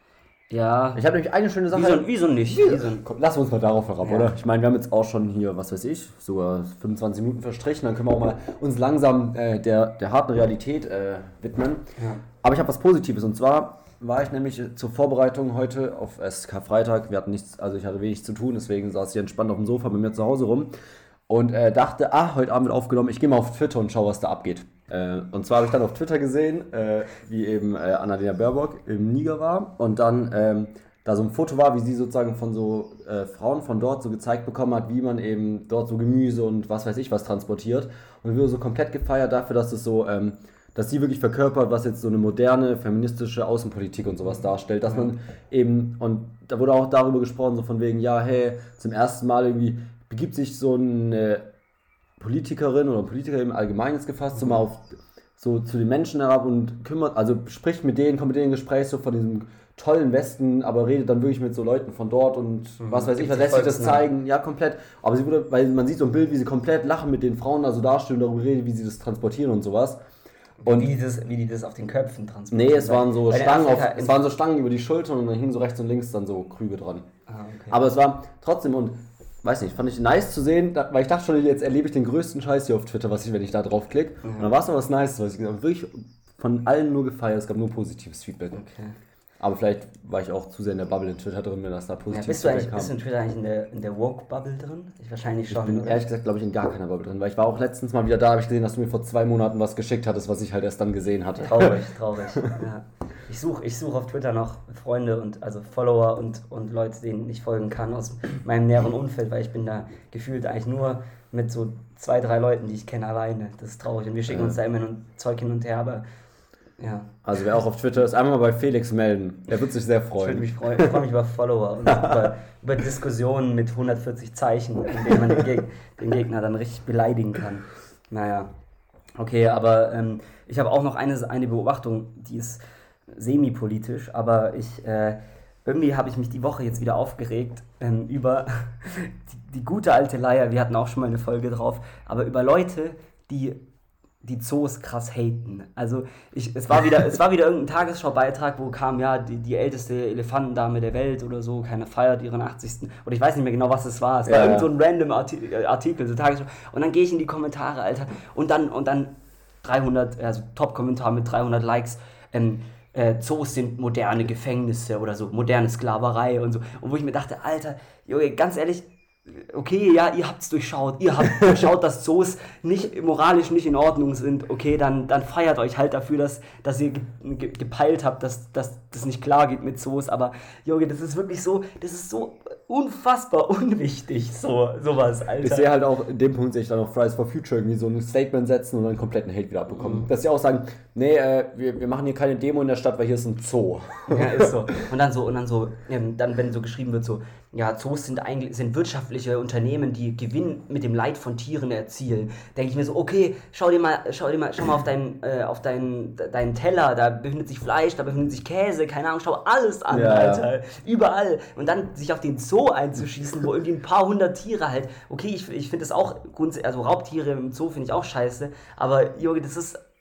Ja. Ich habe nämlich eine schöne Sache... Wieso, wieso nicht? Wieso? Komm, lass uns mal darauf herab, ja. oder? Ich meine, wir haben jetzt auch schon hier, was weiß ich, sogar fünfundzwanzig Minuten verstrichen, dann können wir auch mal uns langsam äh, der, der harten Realität äh, widmen. Ja. Aber ich habe was Positives, und zwar... war ich nämlich zur Vorbereitung heute auf S K Freitag. Wir hatten nichts, also ich hatte wenig zu tun, deswegen saß ich entspannt auf dem Sofa bei mir zu Hause rum und äh, dachte, ah, heute Abend wird aufgenommen, ich gehe mal auf Twitter und schaue, was da abgeht. Äh, und zwar habe ich dann auf Twitter gesehen, äh, wie eben äh, Annalena Baerbock im Niger war und dann ähm, da so ein Foto war, wie sie sozusagen von so äh, Frauen von dort so gezeigt bekommen hat, wie man eben dort so Gemüse und was weiß ich was transportiert. Und wir wurden so komplett gefeiert dafür, dass es so... Ähm, dass sie wirklich verkörpert, was jetzt so eine moderne, feministische Außenpolitik und sowas darstellt, dass man eben, und da wurde auch darüber gesprochen, so von wegen, ja, hey, zum ersten Mal irgendwie begibt sich so eine Politikerin oder ein Politiker im Allgemeinen jetzt gefasst, so mal auf, so zu den Menschen herab und kümmert, also spricht mit denen, kommt mit denen in Gespräch, so von diesem tollen Westen, aber redet dann wirklich mit so Leuten von dort und mhm. was weiß ich, was lässt sich das zeigen, ja, komplett, aber sie wurde, weil man sieht so ein Bild, wie sie komplett lachen mit den Frauen, also darstellen und darüber reden, wie sie das transportieren und sowas. Und wie die, das, wie die das auf den Köpfen transportieren. Nee, es waren so Stangen auf, es waren so Stangen über die Schultern und dann hingen so rechts und links dann so Krüge dran. Ah, okay. Aber es war trotzdem, und weiß nicht, fand ich nice zu sehen, da, weil ich dachte schon, jetzt erlebe ich den größten Scheiß hier auf Twitter, was ich, wenn ich da drauf klicke. Mhm. Und dann war es noch was Nices, was ich gesagt habe. Wirklich von allen nur gefeiert, es gab nur positives Feedback. Okay. Aber vielleicht war ich auch zu sehr in der Bubble in Twitter drin, wenn das da positiv ja, bist du eigentlich, bist du in Twitter eigentlich in der, in der Woke-Bubble drin? Ich wahrscheinlich schon. Ich bin oder? ehrlich gesagt, glaube ich, in gar keiner Bubble drin, weil ich war auch letztens mal wieder da, habe ich gesehen, dass du mir vor zwei Monaten was geschickt hattest, was ich halt erst dann gesehen hatte. Traurig, traurig. Ja. Ich suche ich such auf Twitter noch Freunde und also Follower und, und Leute, denen ich folgen kann aus meinem näheren Umfeld, weil ich bin da gefühlt eigentlich nur mit so zwei, drei Leuten, die ich kenne, alleine. Das ist traurig und wir schicken ja. uns da immer ein Zeug hin und her, aber ja. Also wer auch auf Twitter ist, einmal bei Felix melden. Er wird sich sehr freuen. Ich würde mich freuen. Ich freue mich über Follower und über, über Diskussionen mit hundertvierzig Zeichen, in denen man den, Geg- den Gegner dann richtig beleidigen kann. Naja. Okay, aber ähm, ich habe auch noch eine, eine Beobachtung, die ist semi-politisch, aber ich äh, irgendwie habe ich mich die Woche jetzt wieder aufgeregt ähm, über die, die gute alte Leier, wir hatten auch schon mal eine Folge drauf, aber über Leute, die die Zoos krass haten. Also ich, es war wieder, es war wieder irgendein Tagesschaubeitrag, wo kam, ja, die, die älteste Elefantendame der Welt oder so, keiner feiert ihren achtzigsten Oder ich weiß nicht mehr genau, was es war. Es war ja, irgend so ein random Artikel, Artikel so Tagesschau. Und dann gehe ich in die Kommentare, Alter, und dann, und dann dreihundert, also Top-Kommentar mit dreihundert Likes, ähm, äh, Zoos sind moderne Gefängnisse oder so, moderne Sklaverei und so. Und wo ich mir dachte, Alter, Junge, ganz ehrlich, okay, ja, ihr habt's durchschaut, ihr habt durchschaut, dass Zoos nicht moralisch nicht in Ordnung sind, okay, dann, dann feiert euch halt dafür, dass, dass ihr ge- ge- gepeilt habt, dass, dass das nicht klar geht mit Zoos, aber Junge, das ist wirklich so, das ist so unfassbar unwichtig, so sowas, Alter. Ich sehe halt auch, in dem Punkt sehe ich dann auch Fridays for Future irgendwie so ein Statement setzen und dann kompletten Hate wieder abbekommen. Mhm. Dass sie auch sagen, nee, äh, wir, wir machen hier keine Demo in der Stadt, weil hier ist ein Zoo. Ja, ist so. Und dann so, und dann so, ähm, dann wenn so geschrieben wird, so, ja, Zoos sind eigentlich sind wirtschaftliche Unternehmen, die Gewinn mit dem Leid von Tieren erzielen. Denke ich mir so, okay, schau dir mal, schau dir mal, schau mal auf deinen, äh, auf deinen, deinen Teller, da befindet sich Fleisch, da befindet sich Käse, keine Ahnung, schau alles an, ja, Alter, überall. Und dann sich auf den Zoo einzuschießen, wo irgendwie ein paar hundert Tiere halt, okay, ich, ich finde das auch, grundsätzlich, also Raubtiere im Zoo finde ich auch scheiße, aber Junge, das ist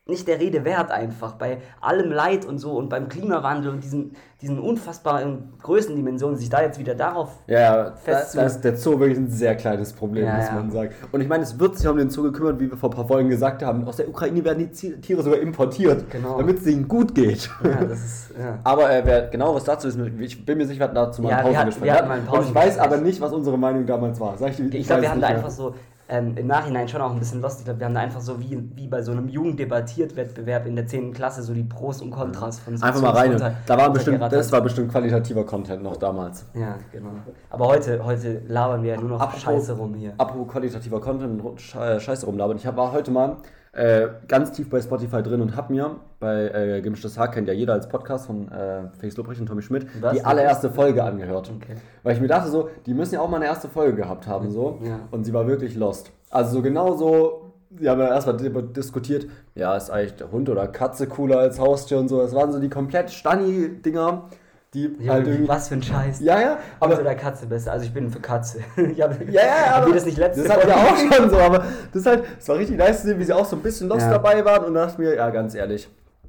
nicht der Rede wert einfach. Bei allem Leid und so und beim Klimawandel und diesen, diesen unfassbaren Größendimensionen, sich da jetzt wieder darauf Ja, ja, da, fest... da ist der Zoo wirklich ein sehr kleines Problem, Ja, muss ja. man sagen. Und ich meine, es wird sich um den Zoo gekümmert, wie wir vor ein paar Folgen gesagt haben. Aus der Ukraine werden die Zi- Tiere sogar importiert, Genau. damit es ihnen gut geht. Ja, das ist... Ja. Aber äh, wer genau was dazu wissen will, ich bin mir sicher, wir hatten dazu mal Ja, ein wir hatten- Pausengespräch. wir hatten mal ein Und ich weiß Pausengespräch. aber nicht, was unsere Meinung damals war. Sag ich, dir, Ich glaube, wir weiß haben da nicht einfach mehr. so, ähm, im Nachhinein schon auch ein bisschen lost, ich glaube, wir haben da einfach so wie, wie bei so einem Jugenddebattiert-Wettbewerb in der zehnten Klasse so die Pros und Kontras von so Einfach mal rein. Und runter- da war bestimmt, runtergerattert. das war bestimmt qualitativer Content noch damals. Ja, genau. Aber heute, heute labern wir ja nur noch Apropos- Scheiße rum hier. Apropos qualitativer Content und Sche- Scheiße rumlabern. Ich hab- war heute mal äh, ganz tief bei Spotify drin und hab mir bei äh, Gemischtes Hack, kennt ja jeder als Podcast von äh, Felix Lobrecht und Tommy Schmidt, Was? die allererste Folge angehört. Okay. Weil ich mir dachte so, die müssen ja auch mal eine erste Folge gehabt haben so. Ja. Und sie war wirklich lost. Also so genau so, sie haben ja erstmal diskutiert, ja, ist eigentlich der Hund oder Katze cooler als Haustier und so. Das waren so die komplett Stani-Dinger, die Ja, halt irgendwie... was für ein Scheiß. Ja, ja, Aber aber... oder Katze besser. Also ich bin für Katze. ich hab, Ja, ja, Habt aber ihr das nicht letzte das hatten wir Folge auch schon so, aber das ist halt, es war richtig nice zu sehen, wie sie auch so ein bisschen lost Ja. dabei waren und dachte mir, ja, ganz ehrlich,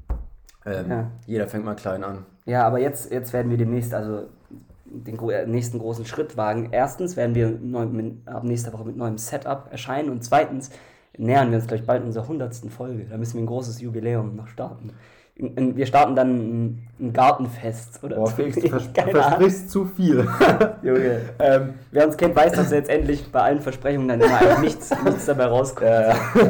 ähm, Ja. jeder fängt mal klein an. Ja, aber jetzt, jetzt werden wir demnächst also den gro- äh, nächsten großen Schritt wagen. Erstens werden wir neu, mit, ab nächster Woche mit neuem Setup erscheinen und zweitens nähern wir uns gleich bald unserer hundertsten Folge. Da müssen wir ein großes Jubiläum noch starten. In- in- Wir starten dann ein, ein Gartenfest oder Boah, so. Felix, du vers Keine du Ahnung. versprichst zu viel. Junge. ähm, Wer uns kennt, weiß, dass jetzt endlich bei allen Versprechungen dann immer eigentlich nichts, nichts dabei rauskommt. äh,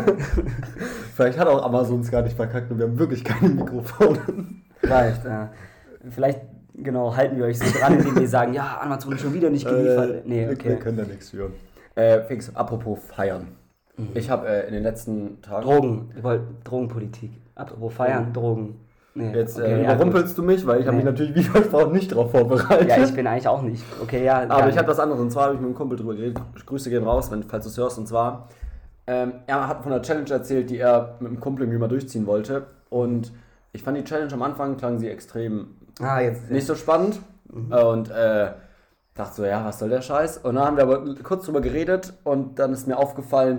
vielleicht hat auch Amazon es gar nicht verkackt und wir haben wirklich keine Mikrofone. Vielleicht, äh, vielleicht, genau, halten wir euch so dran, indem wir sagen, ja, Amazon ist schon wieder nicht geliefert. Äh, nee, wir- Wir okay. können da nichts für. Äh, Felix, apropos feiern. Ich habe äh, in den letzten Tagen... Drogen, ihr wollt Drogenpolitik. Apropos feiern, Drogen. Nee, Jetzt okay, äh, ja, überrumpelst du mich, weil ich habe Nee. mich natürlich wie versprochen nicht darauf vorbereitet. Ja, ich bin eigentlich auch nicht. Okay, ja. Aber ja, ich habe was anderes, und zwar habe ich mit einem Kumpel drüber geredet, Grüße gehen raus, wenn, falls du es hörst, und zwar, ähm, er hat von einer Challenge erzählt, die er mit einem Kumpel irgendwie mal durchziehen wollte, und ich fand die Challenge am Anfang, klang sie extrem Ah, jetzt. nicht so spannend, und äh, dachte so, ja, was soll der Scheiß, und dann haben wir aber kurz drüber geredet, und dann ist mir aufgefallen,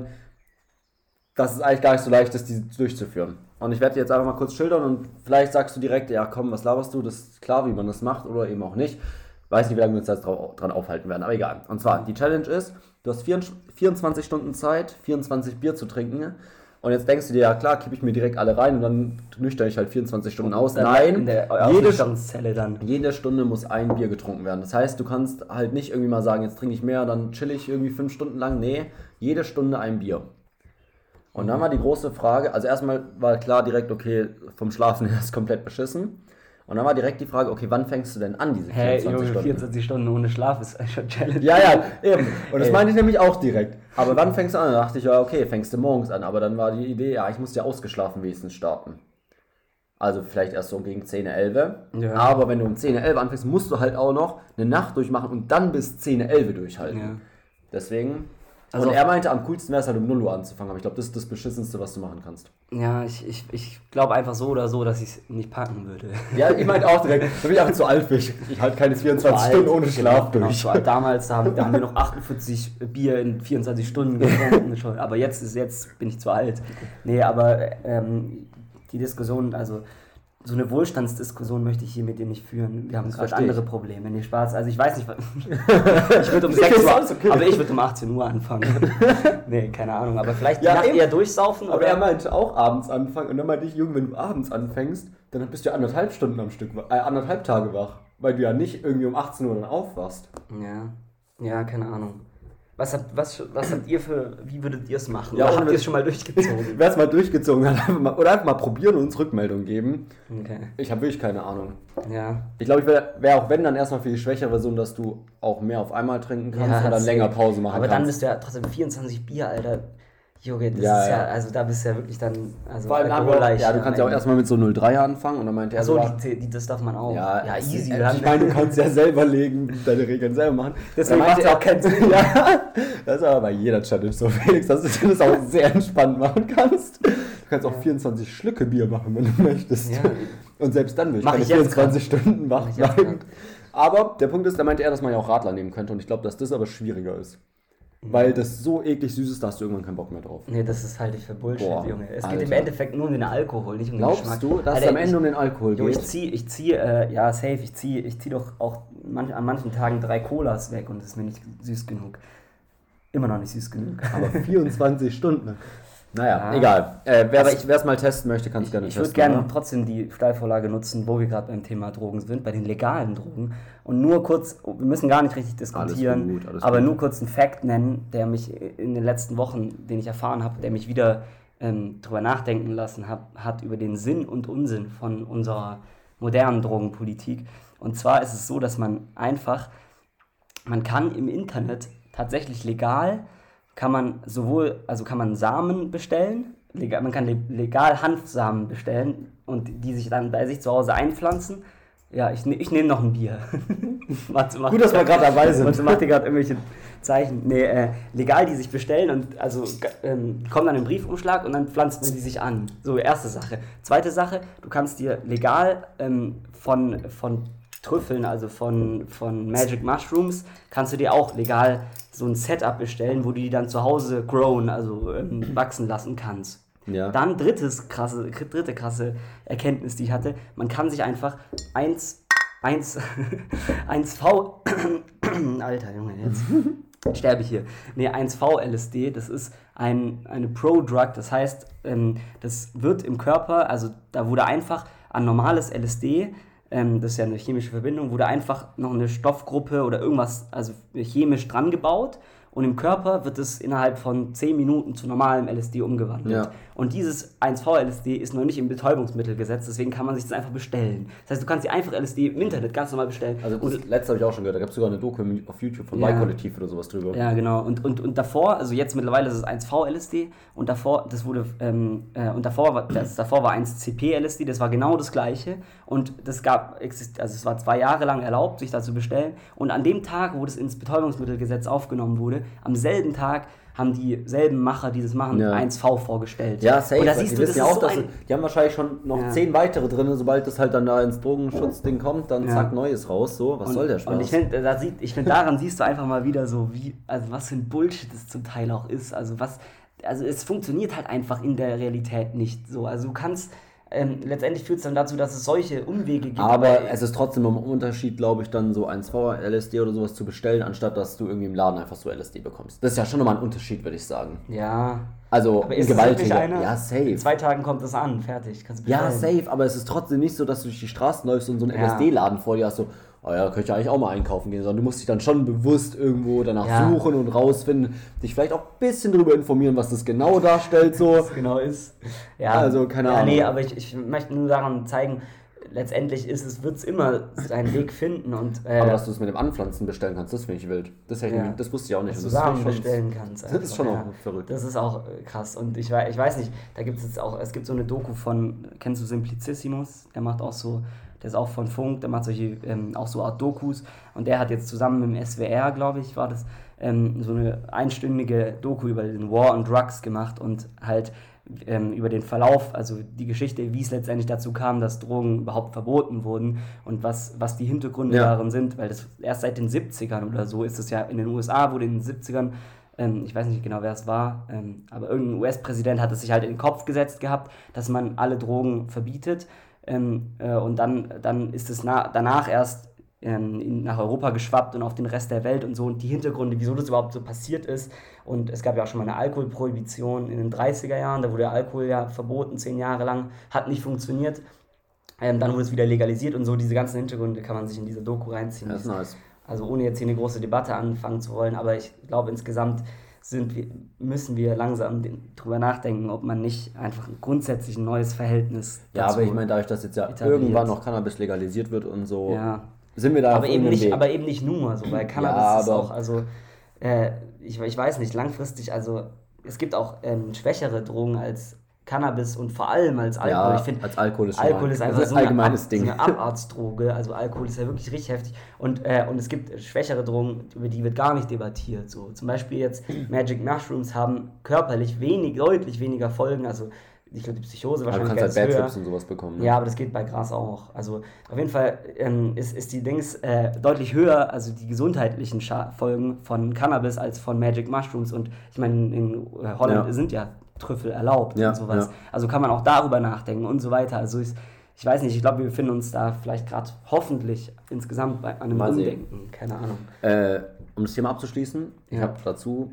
dass es eigentlich gar nicht so leicht ist, die durchzuführen. Und ich werde dir jetzt einfach mal kurz schildern und vielleicht sagst du direkt, ja komm, was laberst du, das ist klar, wie man das macht oder eben auch nicht. Weiß nicht, wie lange wir uns jetzt drau- dran aufhalten werden, aber egal. Und zwar, die Challenge ist, du hast vierundzwanzig Stunden Zeit, vierundzwanzig Bier zu trinken. Und jetzt denkst du dir, ja klar, kippe ich mir direkt alle rein und dann nüchter ich halt vierundzwanzig Stunden aus. Dann Nein, in der jede, Ausnüchterungszelle dann. jede Stunde muss ein Bier getrunken werden. Das heißt, du kannst halt nicht irgendwie mal sagen, jetzt trinke ich mehr, dann chill ich irgendwie fünf Stunden lang. Nee, jede Stunde ein Bier. Und dann war die große Frage, also erstmal war klar direkt, okay, vom Schlafen her ist komplett beschissen. Und dann war direkt die Frage, okay, wann fängst du denn an, diese Hey, vierundzwanzig Junge, Stunden? vierundzwanzig Stunden ohne Schlaf ist eigentlich schon Challenge. Ja, ja, eben. Und das Ey. meinte ich nämlich auch direkt. Aber wann fängst du an? Da dachte ich, ja, okay, fängst du morgens an. Aber dann war die Idee, ja, ich muss ja ausgeschlafen wenigstens starten. Also vielleicht erst so gegen zehn, elf. Ja. Aber wenn du um zehn, elf anfängst, musst du halt auch noch eine Nacht durchmachen und dann bis zehn, elf durchhalten. Ja. Deswegen... Also und er meinte, am coolsten wäre es halt um null Uhr anzufangen. Aber ich glaube, das ist das Beschissenste, was du machen kannst. Ja, ich, ich, ich glaube einfach so oder so, dass ich es nicht packen würde. Ja, ich meinte auch direkt, da bin ich einfach zu alt für. Ich, ich halte keine vierundzwanzig Stunden ohne Schlaf Genau, durch. zu alt. Damals da haben, da haben wir noch achtundvierzig Bier in vierundzwanzig Stunden getrunken. schon. Aber jetzt, ist, jetzt bin ich zu alt. Nee, aber ähm, die Diskussion, also so eine Wohlstandsdiskussion möchte ich hier mit dir nicht führen. Wir haben Das gerade verstehe andere ich. Probleme. Nee, Spaß. Also ich weiß nicht, ich würde um sechs Uhr, Ist okay. aber ich würde um achtzehn Uhr anfangen. Nee, keine Ahnung. Aber vielleicht die Ja, Nacht eben. eher durchsaufen. Aber oder? er meinte auch abends anfangen. Und dann meinte ich, Junge, wenn du abends anfängst, dann bist du ja anderthalb Stunden am Stück, wa- äh, anderthalb Tage wach. Weil du ja nicht irgendwie um achtzehn Uhr dann aufwachst. Ja, ja, keine Ahnung. Was habt, was, was habt ihr für, wie würdet ihr es machen? Ja, Oder ohne habt ihr es Witz. schon mal durchgezogen? Wer es mal durchgezogen hat, einfach mal, oder einfach mal probieren und uns Rückmeldung geben. Okay, Ich habe wirklich keine Ahnung. ja. Ich glaube, ich wäre wär auch wenn, dann erstmal für die schwächere Version, dass du auch mehr auf einmal trinken kannst Ja, und dann das- länger Pause machen Aber dann kannst. bist du ja trotzdem vierundzwanzig Bier, Alter. Junge, das Ja, ist ja, ja. also da bist du ja wirklich dann, also Vor allem haben wir auch, alkoholreich ja, du am kannst ja auch Ende. erstmal mit so null Komma drei anfangen und dann meinte er Achso, so, die, die, das darf man auch. ja, ja es- easy. äh, dann- Ich meine, du kannst ja selber legen, deine Regeln selber machen. Deswegen Da meinte macht ja er- auch keinen Sinn. Ja, das ist aber bei jeder Challenge so, Felix, dass du das auch sehr entspannt machen kannst. Du kannst auch Ja. vierundzwanzig Schlücke Bier machen, wenn du möchtest. Ja. Und selbst dann will ich Mach keine ich jetzt vierundzwanzig Stunden wach Mach ich jetzt bleiben. Aber der Punkt ist, da meinte er, dass man ja auch Radler nehmen könnte und ich glaube, dass das aber schwieriger ist. weil das so eklig süß ist, da hast du irgendwann keinen Bock mehr drauf. Nee, das ist halte ich für Bullshit, Boah, Junge. Es Alter. geht im Endeffekt nur um den Alkohol, nicht um den Glaubst Geschmack. du, dass Alter, es am Ende ich, um den Alkohol Jo, geht? ich zieh, ich zieh, äh, ja, safe, ich zieh, ich zieh doch auch manch, an manchen Tagen drei Colas weg und es ist mir nicht süß genug. Immer noch nicht süß genug. Aber vierundzwanzig Stunden. Naja, Ja. egal. Äh, wer Aber es mal testen möchte, kann es Ich, gerne ich testen. würde gerne oder? trotzdem die Steilvorlage nutzen, wo wir gerade beim Thema Drogen sind, bei den legalen Drogen. Und nur kurz, wir müssen gar nicht richtig diskutieren, Alles gut, alles aber gut. nur kurz einen Fact nennen, der mich in den letzten Wochen, den ich erfahren habe, der mich wieder ähm, drüber nachdenken lassen hat, hat über den Sinn und Unsinn von unserer modernen Drogenpolitik. Und zwar ist es so, dass man einfach, man kann im Internet tatsächlich legal, kann man sowohl, also kann man Samen bestellen, legal, man kann le- legal Hanfsamen bestellen und die sich dann bei sich zu Hause einpflanzen. Ja, ich, ne- ich nehme noch ein Bier. Matze macht- Gut, dass wir gerade dabei sind. Matze macht hier gerade irgendwelche Zeichen. Nee, äh, legal, die sich bestellen und also g- ähm, die kommen dann im Briefumschlag und dann pflanzt man die sich an. So, erste Sache. Zweite Sache, du kannst dir legal ähm, von, von Trüffeln, also von, von Magic Mushrooms, kannst du dir auch legal so ein Setup bestellen, wo du die dann zu Hause grown, also ähm, wachsen lassen kannst. Ja. Dann drittes krasse, dritte krasse Erkenntnis, die ich hatte, man kann sich einfach eins, eins, eins V, Alter Junge, jetzt sterbe ich hier. Nee, eins V L S D, das ist ein, eine Pro-Drug, das heißt, ähm, das wird im Körper, also da wurde einfach an normales L S D, ähm, das ist ja eine chemische Verbindung, wurde einfach noch eine Stoffgruppe oder irgendwas, also chemisch dran gebaut. Und im Körper wird es innerhalb von zehn Minuten zu normalem L S D umgewandelt. Ja. Und dieses eins V L S D ist noch nicht im Betäubungsmittelgesetz, deswegen kann man sich das einfach bestellen. Das heißt, du kannst dir einfach L S D im Internet ganz normal bestellen. Also das und, letzte habe ich auch schon gehört, da gab es sogar eine Doku auf YouTube von Ja. Y-Kollektiv oder sowas drüber. ja, genau. Und, und, und davor, also jetzt mittlerweile ist es eins V L S D und davor, das wurde, ähm, äh, und davor war, das, davor war eins C P L S D, das war genau das gleiche. Und das gab, exist- also es war zwei Jahre lang erlaubt, sich da zu bestellen. Und an dem Tag, wo das ins Betäubungsmittelgesetz aufgenommen wurde, am selben Tag haben dieselben Macher, die das machen, Ja. eins V vorgestellt. Ja, safe. Und da weil siehst die du, das wissen ist ja auch, so dass ein... sie, die haben wahrscheinlich schon noch Ja. zehn weitere drin, sobald das halt dann da ins Drogenschutzding kommt, dann Ja. zack, Neues raus. So, was Und, soll der Spaß? und ich finde, da sieht, ich find, daran siehst du einfach mal wieder so, wie, also was für ein Bullshit es zum Teil auch ist. Also was, also es funktioniert halt einfach in der Realität nicht so. Also du kannst, ähm, letztendlich führt es dann dazu, dass es solche Umwege gibt. Aber es ist trotzdem ein Unterschied, glaube ich, dann so eins V L S D oder sowas zu bestellen, anstatt dass du irgendwie im Laden einfach so L S D bekommst. Das ist ja schon nochmal ein Unterschied, würde ich sagen. Ja. Also Aber ein ist es wirklich gewaltiger. einer? Ja, In safe. zwei Tagen kommt das an, fertig. Kannst du Ja, bestellen. safe, aber es ist trotzdem nicht so, dass du durch die Straßen läufst und so einen Ja. L S D-Laden vor dir hast, so, oh ja, könnte ich eigentlich auch mal einkaufen gehen, sondern du musst dich dann schon bewusst irgendwo danach Ja. suchen und rausfinden, dich vielleicht auch ein bisschen darüber informieren, was das genau darstellt, so. Was genau ist. Ja, Also, keine ja, Ahnung. Nee, aber ich, ich möchte nur daran zeigen, letztendlich ist es, wird es immer seinen Weg finden und äh, Aber dass du es mit dem Anpflanzen bestellen kannst, das finde ich wild. Das, hätte ich Ja. nämlich- das wusste ich auch nicht. dass Und du das finde Samen ich schon- bestellen kannst. Das ist einfach, schon ja. auch verrückt. Das ist auch äh, krass. Und ich weiß, ich weiß nicht, da gibt es jetzt auch, es gibt so eine Doku von, kennst du Simplicissimus? Der macht auch so, der ist auch von Funk, der macht solche, ähm, auch so Art Dokus. Und der hat jetzt zusammen mit dem S W R, glaube ich, war das, ähm, so eine einstündige Doku über den War on Drugs gemacht und halt ähm, über den Verlauf, also die Geschichte, wie es letztendlich dazu kam, dass Drogen überhaupt verboten wurden und was, was die Hintergründe Ja. darin sind, weil das erst seit den siebzigern oder so ist es ja in den U S A, wurde in den siebzigern, ähm, ich weiß nicht genau, wer es war, ähm, aber irgendein U S-Präsident hat es sich halt in den Kopf gesetzt gehabt, dass man alle Drogen verbietet ähm, äh, und dann, dann ist es na- danach erst ähm, in, nach Europa geschwappt und auf den Rest der Welt und so und die Hintergründe, wieso das überhaupt so passiert ist. Und es gab ja auch schon mal eine Alkoholprohibition in den dreißiger Jahren, da wurde der Alkohol ja verboten, zehn Jahre lang, hat nicht funktioniert. Ähm, dann wurde es wieder legalisiert und so, diese ganzen Hintergründe kann man sich in diese Doku reinziehen. Das ist nice. Also ohne jetzt hier eine große Debatte anfangen zu wollen, aber ich glaube insgesamt sind wir, müssen wir langsam den, drüber nachdenken, ob man nicht einfach grundsätzlich ein neues Verhältnis Ja, dazu aber ich meine, dadurch, dass jetzt ja etabliert. irgendwann noch Cannabis legalisiert wird und so, Ja. sind wir da aber auf eben irgendeinem nicht, Weg. aber eben nicht nur so, weil Cannabis Ja, ist aber- auch, also äh, ich, ich weiß nicht, langfristig, also es gibt auch ähm, schwächere Drogen als Cannabis und vor allem als Alkohol. Ja, ich finde, als Alkohol ist schon Alkohol mal- ist das einfach ist so ein eine, allgemeines Ab, Ding. so eine Abarztdroge, also Alkohol ist ja wirklich richtig heftig und, äh, und es gibt schwächere Drogen, über die wird gar nicht debattiert. So. Zum Beispiel jetzt Magic Mushrooms haben körperlich wenig, deutlich weniger Folgen, also ich glaube, die Psychose Aber du wahrscheinlich kannst halt höher. Bad Trips und sowas bekommen. Ne? Ja, aber das geht bei Gras auch. Also auf jeden Fall ähm, ist, ist die Dings äh, deutlich höher, also die gesundheitlichen Scha- Folgen von Cannabis als von Magic Mushrooms. Und ich meine, in Holland Ja. sind ja Trüffel erlaubt Ja, und sowas. ja. Also kann man auch darüber nachdenken und so weiter. Also ich, ich weiß nicht, ich glaube, wir befinden uns da vielleicht gerade hoffentlich insgesamt bei einem Mal sehen. Umdenken. Keine Ahnung. Äh, um das Thema abzuschließen, ich Ja. habe dazu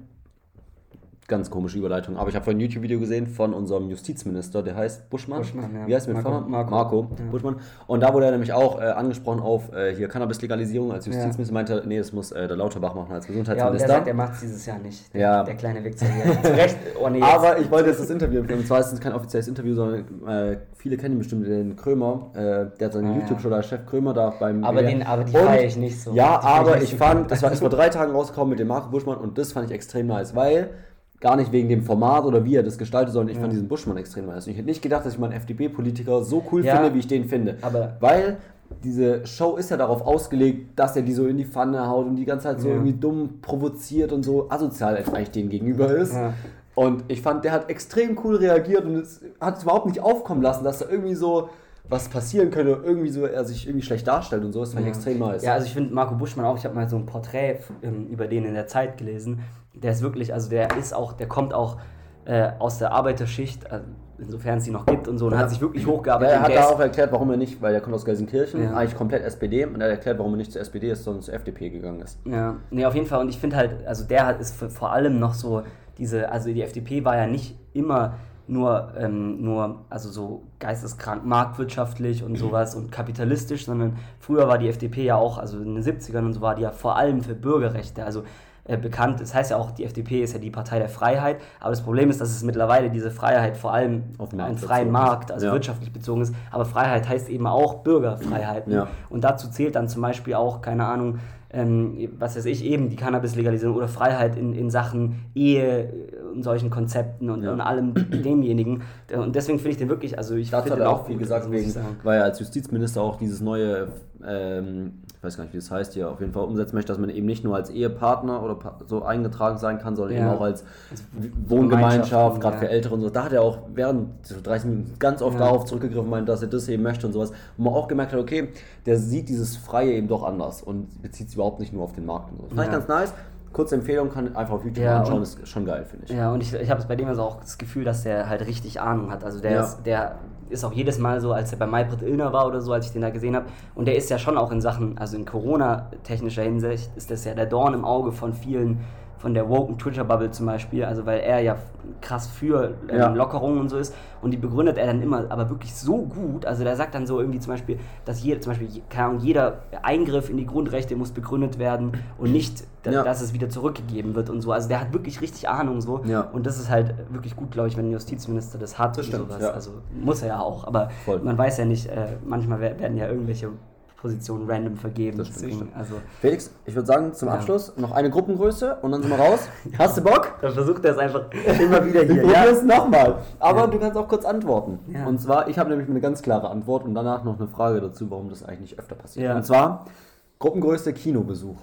ganz komische Überleitung, aber ich habe vorhin ein YouTube-Video gesehen von unserem Justizminister, der heißt Buschmann. Buschmann, ja. Wie heißt der mit Marco- Vornamen? Marco. Marco Ja. Buschmann. Und da wurde er nämlich auch äh, angesprochen auf äh, hier Cannabis-Legalisierung als Justizminister. Meinte, nee, das muss äh, der Lauterbach machen als Ja, und der Gesundheitsminister. sagt, der macht es dieses Jahr nicht. Der, Ja. der kleine Wichser hier. Zu Recht. Oh, nee, jetzt. Aber ich wollte jetzt das Interview empfehlen. Und zwar ist es kein offizielles Interview, sondern äh, viele kennen bestimmt den Krömer. Äh, der hat seine Ah, ja. YouTube-Show, da ist Chef Krömer da beim aber, W W. den, aber die Und- feiere ich nicht so. Ja, Die find aber nicht ich so fand, gut. das war erst vor drei Tagen rausgekommen mit dem Marco Buschmann und das fand ich extrem nice, weil gar nicht wegen dem Format oder wie er das gestaltet, sondern ich Ja. fand diesen Buschmann extrem nice. Und ich hätte nicht gedacht, dass ich mal einen F D P-Politiker so cool Ja. finde, wie ich den finde. Aber- weil diese Show ist ja darauf ausgelegt, dass er die so in die Pfanne haut und die ganze Zeit so Ja. irgendwie dumm provoziert und so asozial eigentlich denen gegenüber ist. Ja. Und ich fand, der hat extrem cool reagiert und es hat es überhaupt nicht aufkommen lassen, dass da irgendwie so was passieren könnte, irgendwie so er sich irgendwie schlecht darstellt und so. Das fand ich extrem nice. Ja, also ich finde Marco Buschmann auch, ich habe mal so ein Porträt ähm, über den in der Zeit gelesen. Der ist wirklich, also der ist auch, der kommt auch äh, aus der Arbeiterschicht, also insofern es sie noch gibt und so, und Ja. hat sich wirklich Ja, hochgearbeitet. er hat Und da der auch erklärt, warum er nicht, weil er kommt aus Gelsenkirchen, Ja. eigentlich komplett S P D, und er hat erklärt, warum er nicht zur S P D ist, sondern zur F D P gegangen ist. Ja, nee, auf jeden Fall. Und ich finde halt, also der hat ist vor allem noch so diese, also die F D P war ja nicht immer nur, ähm, nur also so geisteskrank marktwirtschaftlich und sowas und kapitalistisch, sondern früher war die F D P ja auch, also in den siebzigern und so war die ja vor allem für Bürgerrechte, also äh, bekannt. Das heißt ja auch, die F D P ist ja die Partei der Freiheit, aber das Problem ist, dass es mittlerweile diese Freiheit vor allem Auf den einen Markt freien bezogen ist. Markt, also Ja. wirtschaftlich bezogen ist, aber Freiheit heißt eben auch Bürgerfreiheiten. Ja. Und dazu zählt dann zum Beispiel auch, keine Ahnung, ähm, was weiß ich, eben die Cannabis-Legalisierung oder Freiheit in, in Sachen Ehe und solchen Konzepten und, Ja. und allem demjenigen. Und deswegen finde ich den wirklich, also ich Dazu finde hat den er auch viel gut, gesagt, muss ich wegen, sagen. weil er als Justizminister auch dieses neue, ähm, ich weiß gar nicht, wie das heißt hier, auf jeden Fall umsetzen möchte, dass man eben nicht nur als Ehepartner oder pa- so eingetragen sein kann, sondern Ja. eben auch als Wohngemeinschaft, Gemeinschaften, gerade ja. für Ältere und so. Da hat er auch während so dreißig Minuten ganz oft Ja. darauf zurückgegriffen, meint, dass er das eben möchte und sowas. Und man auch gemerkt hat, okay, der sieht dieses Freie eben doch anders und bezieht es überhaupt nicht nur auf den Markt und so. Das fand ich Ja. ganz nice. Kurze Empfehlung, kann einfach auf YouTube Ja, anschauen, und- ist schon geil, finde ich. Ja, und ich, ich habe es bei dem also auch das Gefühl, dass der halt richtig Ahnung hat. Also der, Ja. ist, der ist auch jedes Mal so, als er bei Maybrit Illner war oder so, als ich den da gesehen habe. Und der ist ja schon auch in Sachen, also in Corona-technischer Hinsicht, ist das ja der Dorn im Auge von vielen, von der woken Twitter-Bubble zum Beispiel, also weil er ja krass für ähm, Ja. Lockerungen und so ist und die begründet er dann immer, aber wirklich so gut, also der sagt dann so irgendwie zum Beispiel, dass jeder, zum Beispiel, keine Ahnung, jeder Eingriff in die Grundrechte muss begründet werden und nicht, da, Ja. dass es wieder zurückgegeben wird und so, also der hat wirklich richtig Ahnung so Ja. und das ist halt wirklich gut, glaube ich, wenn ein Justizminister das hat Das und stimmt, sowas, ja. also muss er ja auch, aber Voll. man weiß ja nicht, äh, manchmal wer- werden ja irgendwelche Positionen random vergeben, Das stimmt, deswegen, stimmt. also Felix, ich würde sagen, zum Ja. Abschluss noch eine Gruppengröße und dann sind wir raus. Hast du Bock? dann versucht er es einfach immer wieder Ich hier, probiere ja. es nochmal. Aber Ja. du kannst auch kurz antworten. Ja. Und zwar, ich habe nämlich eine ganz klare Antwort und danach noch eine Frage dazu, warum das eigentlich nicht öfter passiert. Ja. Und zwar, Gruppengröße Kinobesuch.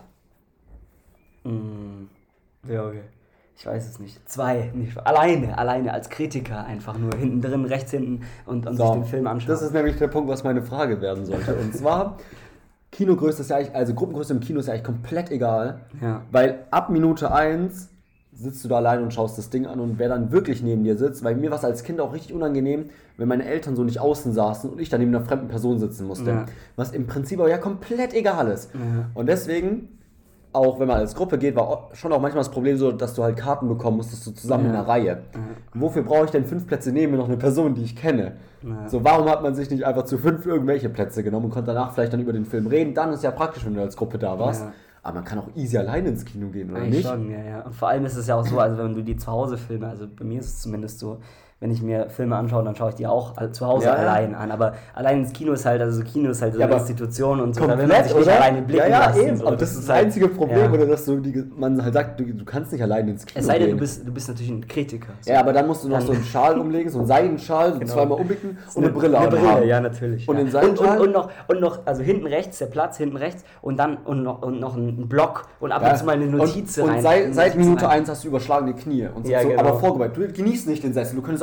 Mm, ja, okay. Ich weiß es nicht. Zwei. Nicht, alleine, alleine als Kritiker einfach nur hinten drin, rechts hinten und, und So, sich den Film anschauen. Das ist nämlich der Punkt, was meine Frage werden sollte. Und zwar, Kinogröße ist ja eigentlich, also Gruppengröße im Kino ist ja eigentlich komplett egal. Ja. Weil ab Minute eins sitzt du da allein und schaust das Ding an und wer dann wirklich neben dir sitzt, weil mir war es als Kind auch richtig unangenehm, wenn meine Eltern so nicht außen saßen und ich dann neben einer fremden Person sitzen musste. Ja. Was im Prinzip aber ja komplett egal ist. Ja. Und deswegen, auch wenn man als Gruppe geht, war schon auch manchmal das Problem so, dass du halt Karten bekommen musstest, so zusammen Ja. in einer Reihe. Wofür brauche ich denn fünf Plätze neben mir noch eine Person, die ich kenne? Ja. So, warum hat man sich nicht einfach zu fünf irgendwelche Plätze genommen und konnte danach vielleicht dann über den Film reden? Dann ist ja praktisch, wenn du als Gruppe da warst. Ja. Aber man kann auch easy alleine ins Kino gehen, oder Eigentlich nicht? schon, ja, ja. Und vor allem ist es ja auch so, also wenn du die zu Hause Filme, also bei mir ist es zumindest so, wenn ich mir Filme anschaue, dann schaue ich die auch all- zu Hause Ja, ja. allein an. Aber allein ins Kino ist halt, also Kino ist halt so Ja, eine aber Institution und so, da will man Komplett, sich nicht oder? alleine blicken ja, ja, lassen. eben. So. Aber das ist das halt- einzige Problem, ja. oder dass du die, man halt sagt, du, du kannst nicht alleine ins Kino Es sei denn, gehen. du bist, du bist natürlich ein Kritiker. So. ja, aber dann musst du noch Dann- so einen Schal umlegen, so einen Seidenschal, so Genau. zweimal umbicken und eine Brille Eine anhaben. Brille, ja, natürlich. Und ja. den Seitenschal? und, und, und, noch, und noch, also hinten rechts, der Platz hinten rechts und dann und noch, und noch ein Block und ab Ja. und zu mal eine Notiz und, rein. Und seit, seit Notizen Minute rein. eins hast du überschlagene Knie. Und so, Ja, so, genau. aber vorgeweiht. Du genießt nicht den Sessel, du könntest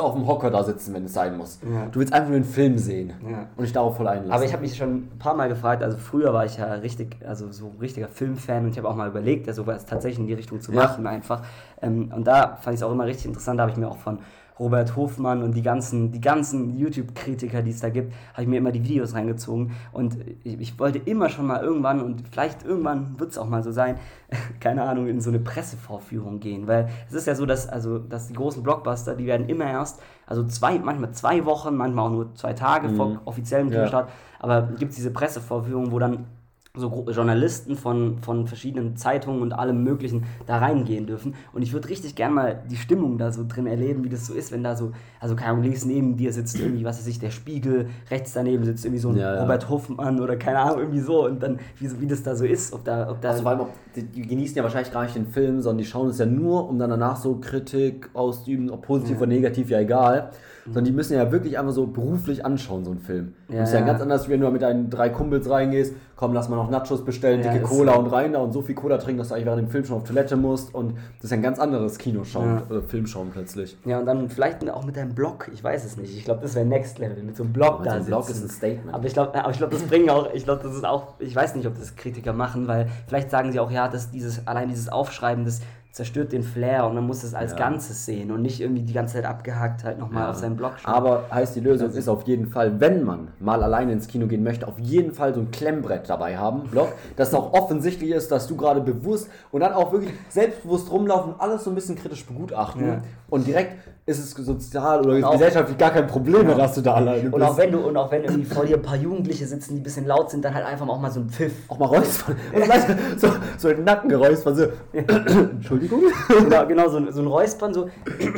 auf dem Hocker da sitzen, wenn es sein muss. Ja. Du willst einfach nur einen Film sehen Ja. und dich darauf voll einlassen. Aber ich habe mich schon ein paar Mal gefragt, also früher war ich ja richtig, also so richtiger Filmfan und ich habe auch mal überlegt, also was tatsächlich in die Richtung zu machen Ja. einfach. Ähm, und da fand ich es auch immer richtig interessant, da habe ich mir auch von Robert Hofmann und die ganzen, die ganzen YouTube-Kritiker, die es da gibt, habe ich mir immer die Videos reingezogen und ich, ich wollte immer schon mal irgendwann und vielleicht irgendwann wird es auch mal so sein, keine Ahnung, in so eine Pressevorführung gehen, weil es ist ja so, dass, also, dass die großen Blockbuster, die werden immer erst, also zwei, manchmal zwei Wochen, manchmal auch nur zwei Tage mhm. vor offiziellem Kinostart, ja. aber gibt es diese Pressevorführung, wo dann so Journalisten von, von verschiedenen Zeitungen und allem Möglichen da reingehen dürfen. Und ich würde richtig gern mal die Stimmung da so drin erleben, wie das so ist, wenn da so, also keine Ahnung, links neben dir sitzt irgendwie, was weiß ich, der Spiegel, rechts daneben sitzt irgendwie so ein ja, ja. Robert Hofmann oder keine Ahnung, irgendwie so. Und dann, wie, wie das da so ist, ob da... Ob da also, weil die, die genießen ja wahrscheinlich gar nicht den Film, sondern die schauen es ja nur, um dann danach so Kritik auszuüben, ob positiv ja. oder negativ, ja egal. Sondern die müssen ja wirklich einfach so beruflich anschauen, so einen Film. Ja, das ist ja, ja ganz anders, wie wenn du mit deinen drei Kumpels reingehst, komm, lass mal noch Nachos bestellen, ja, dicke Cola so. Und rein da und so viel Cola trinken, dass du eigentlich während dem Film schon auf Toilette musst. Und das ist ja ein ganz anderes Kinoschauen, ja. oder Filmschauen plötzlich. Ja, und dann vielleicht auch mit deinem Blog, ich weiß es nicht. Ich glaube, das wäre Next Level, mit so einem Blog da sitzen. Blog ist ein Statement. Aber ich glaube, aber ich glaube, das bringen auch, ich glaube, das ist auch, ich weiß nicht, ob das Kritiker machen, weil vielleicht sagen sie auch, ja, dass dieses, allein dieses Aufschreiben, das zerstört den Flair und man muss es als ja. Ganzes sehen und nicht irgendwie die ganze Zeit abgehackt halt nochmal ja. auf seinem Blog schauen. Aber heißt, die Lösung ist auf jeden Fall, wenn man mal alleine ins Kino gehen möchte, auf jeden Fall so ein Klemmbrett dabei haben, Blog, dass auch offensichtlich ist, dass du gerade bewusst und dann auch wirklich selbstbewusst rumlaufen, alles so ein bisschen kritisch begutachten ja. und direkt ist es sozial oder auch, gesellschaftlich gar kein Problem mehr, ja. dass du da alleine bist. Und auch wenn du und auch wenn irgendwie vor dir ein paar Jugendliche sitzen, die ein bisschen laut sind, dann halt einfach auch mal so ein Pfiff. Auch mal räuspern. so, so ein Nackengeräusch, so Entschuldigung. Genau, genau so, so ein Räuspern, so,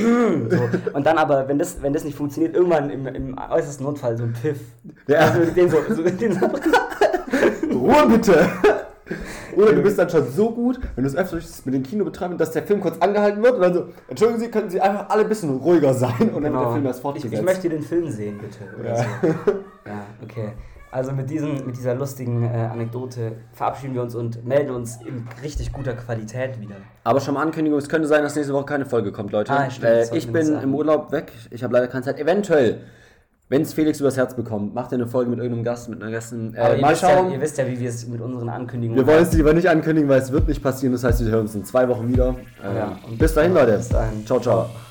so. Und dann aber, wenn das, wenn das nicht funktioniert, irgendwann im, im äußersten Notfall so ein Pfiff. Ja. Also den so, so, den so Ruhe bitte! Oder du bist dann schon so gut, wenn du es öfter mit dem Kino betreibst, dass der Film kurz angehalten wird und dann so, entschuldigen Sie, könnten Sie einfach alle ein bisschen ruhiger sein und dann genau. wird der Film erst fortgesetzt. Ich, ich möchte den Film sehen, bitte. Oder ja. So. Ja, okay. Also mit, diesem, mit dieser lustigen äh, Anekdote verabschieden wir uns und melden uns in richtig guter Qualität wieder. Aber schon mal Ankündigung, es könnte sein, dass nächste Woche keine Folge kommt, Leute. Ah, stimmt, äh, ich bin im Urlaub weg, ich habe leider keine Zeit. Eventuell, wenn es Felix übers Herz bekommt, macht er eine Folge mit irgendeinem Gast, mit einer Gästin. Äh, Aber ihr mal wisst schauen. Ja, ihr wisst ja, wie wir es mit unseren Ankündigungen Wir wollen es lieber nicht ankündigen, weil es wird nicht passieren. Das heißt, wir hören uns in zwei Wochen wieder. Äh, ja, und bis dahin, Leute. Bis dahin. Ciao, ciao.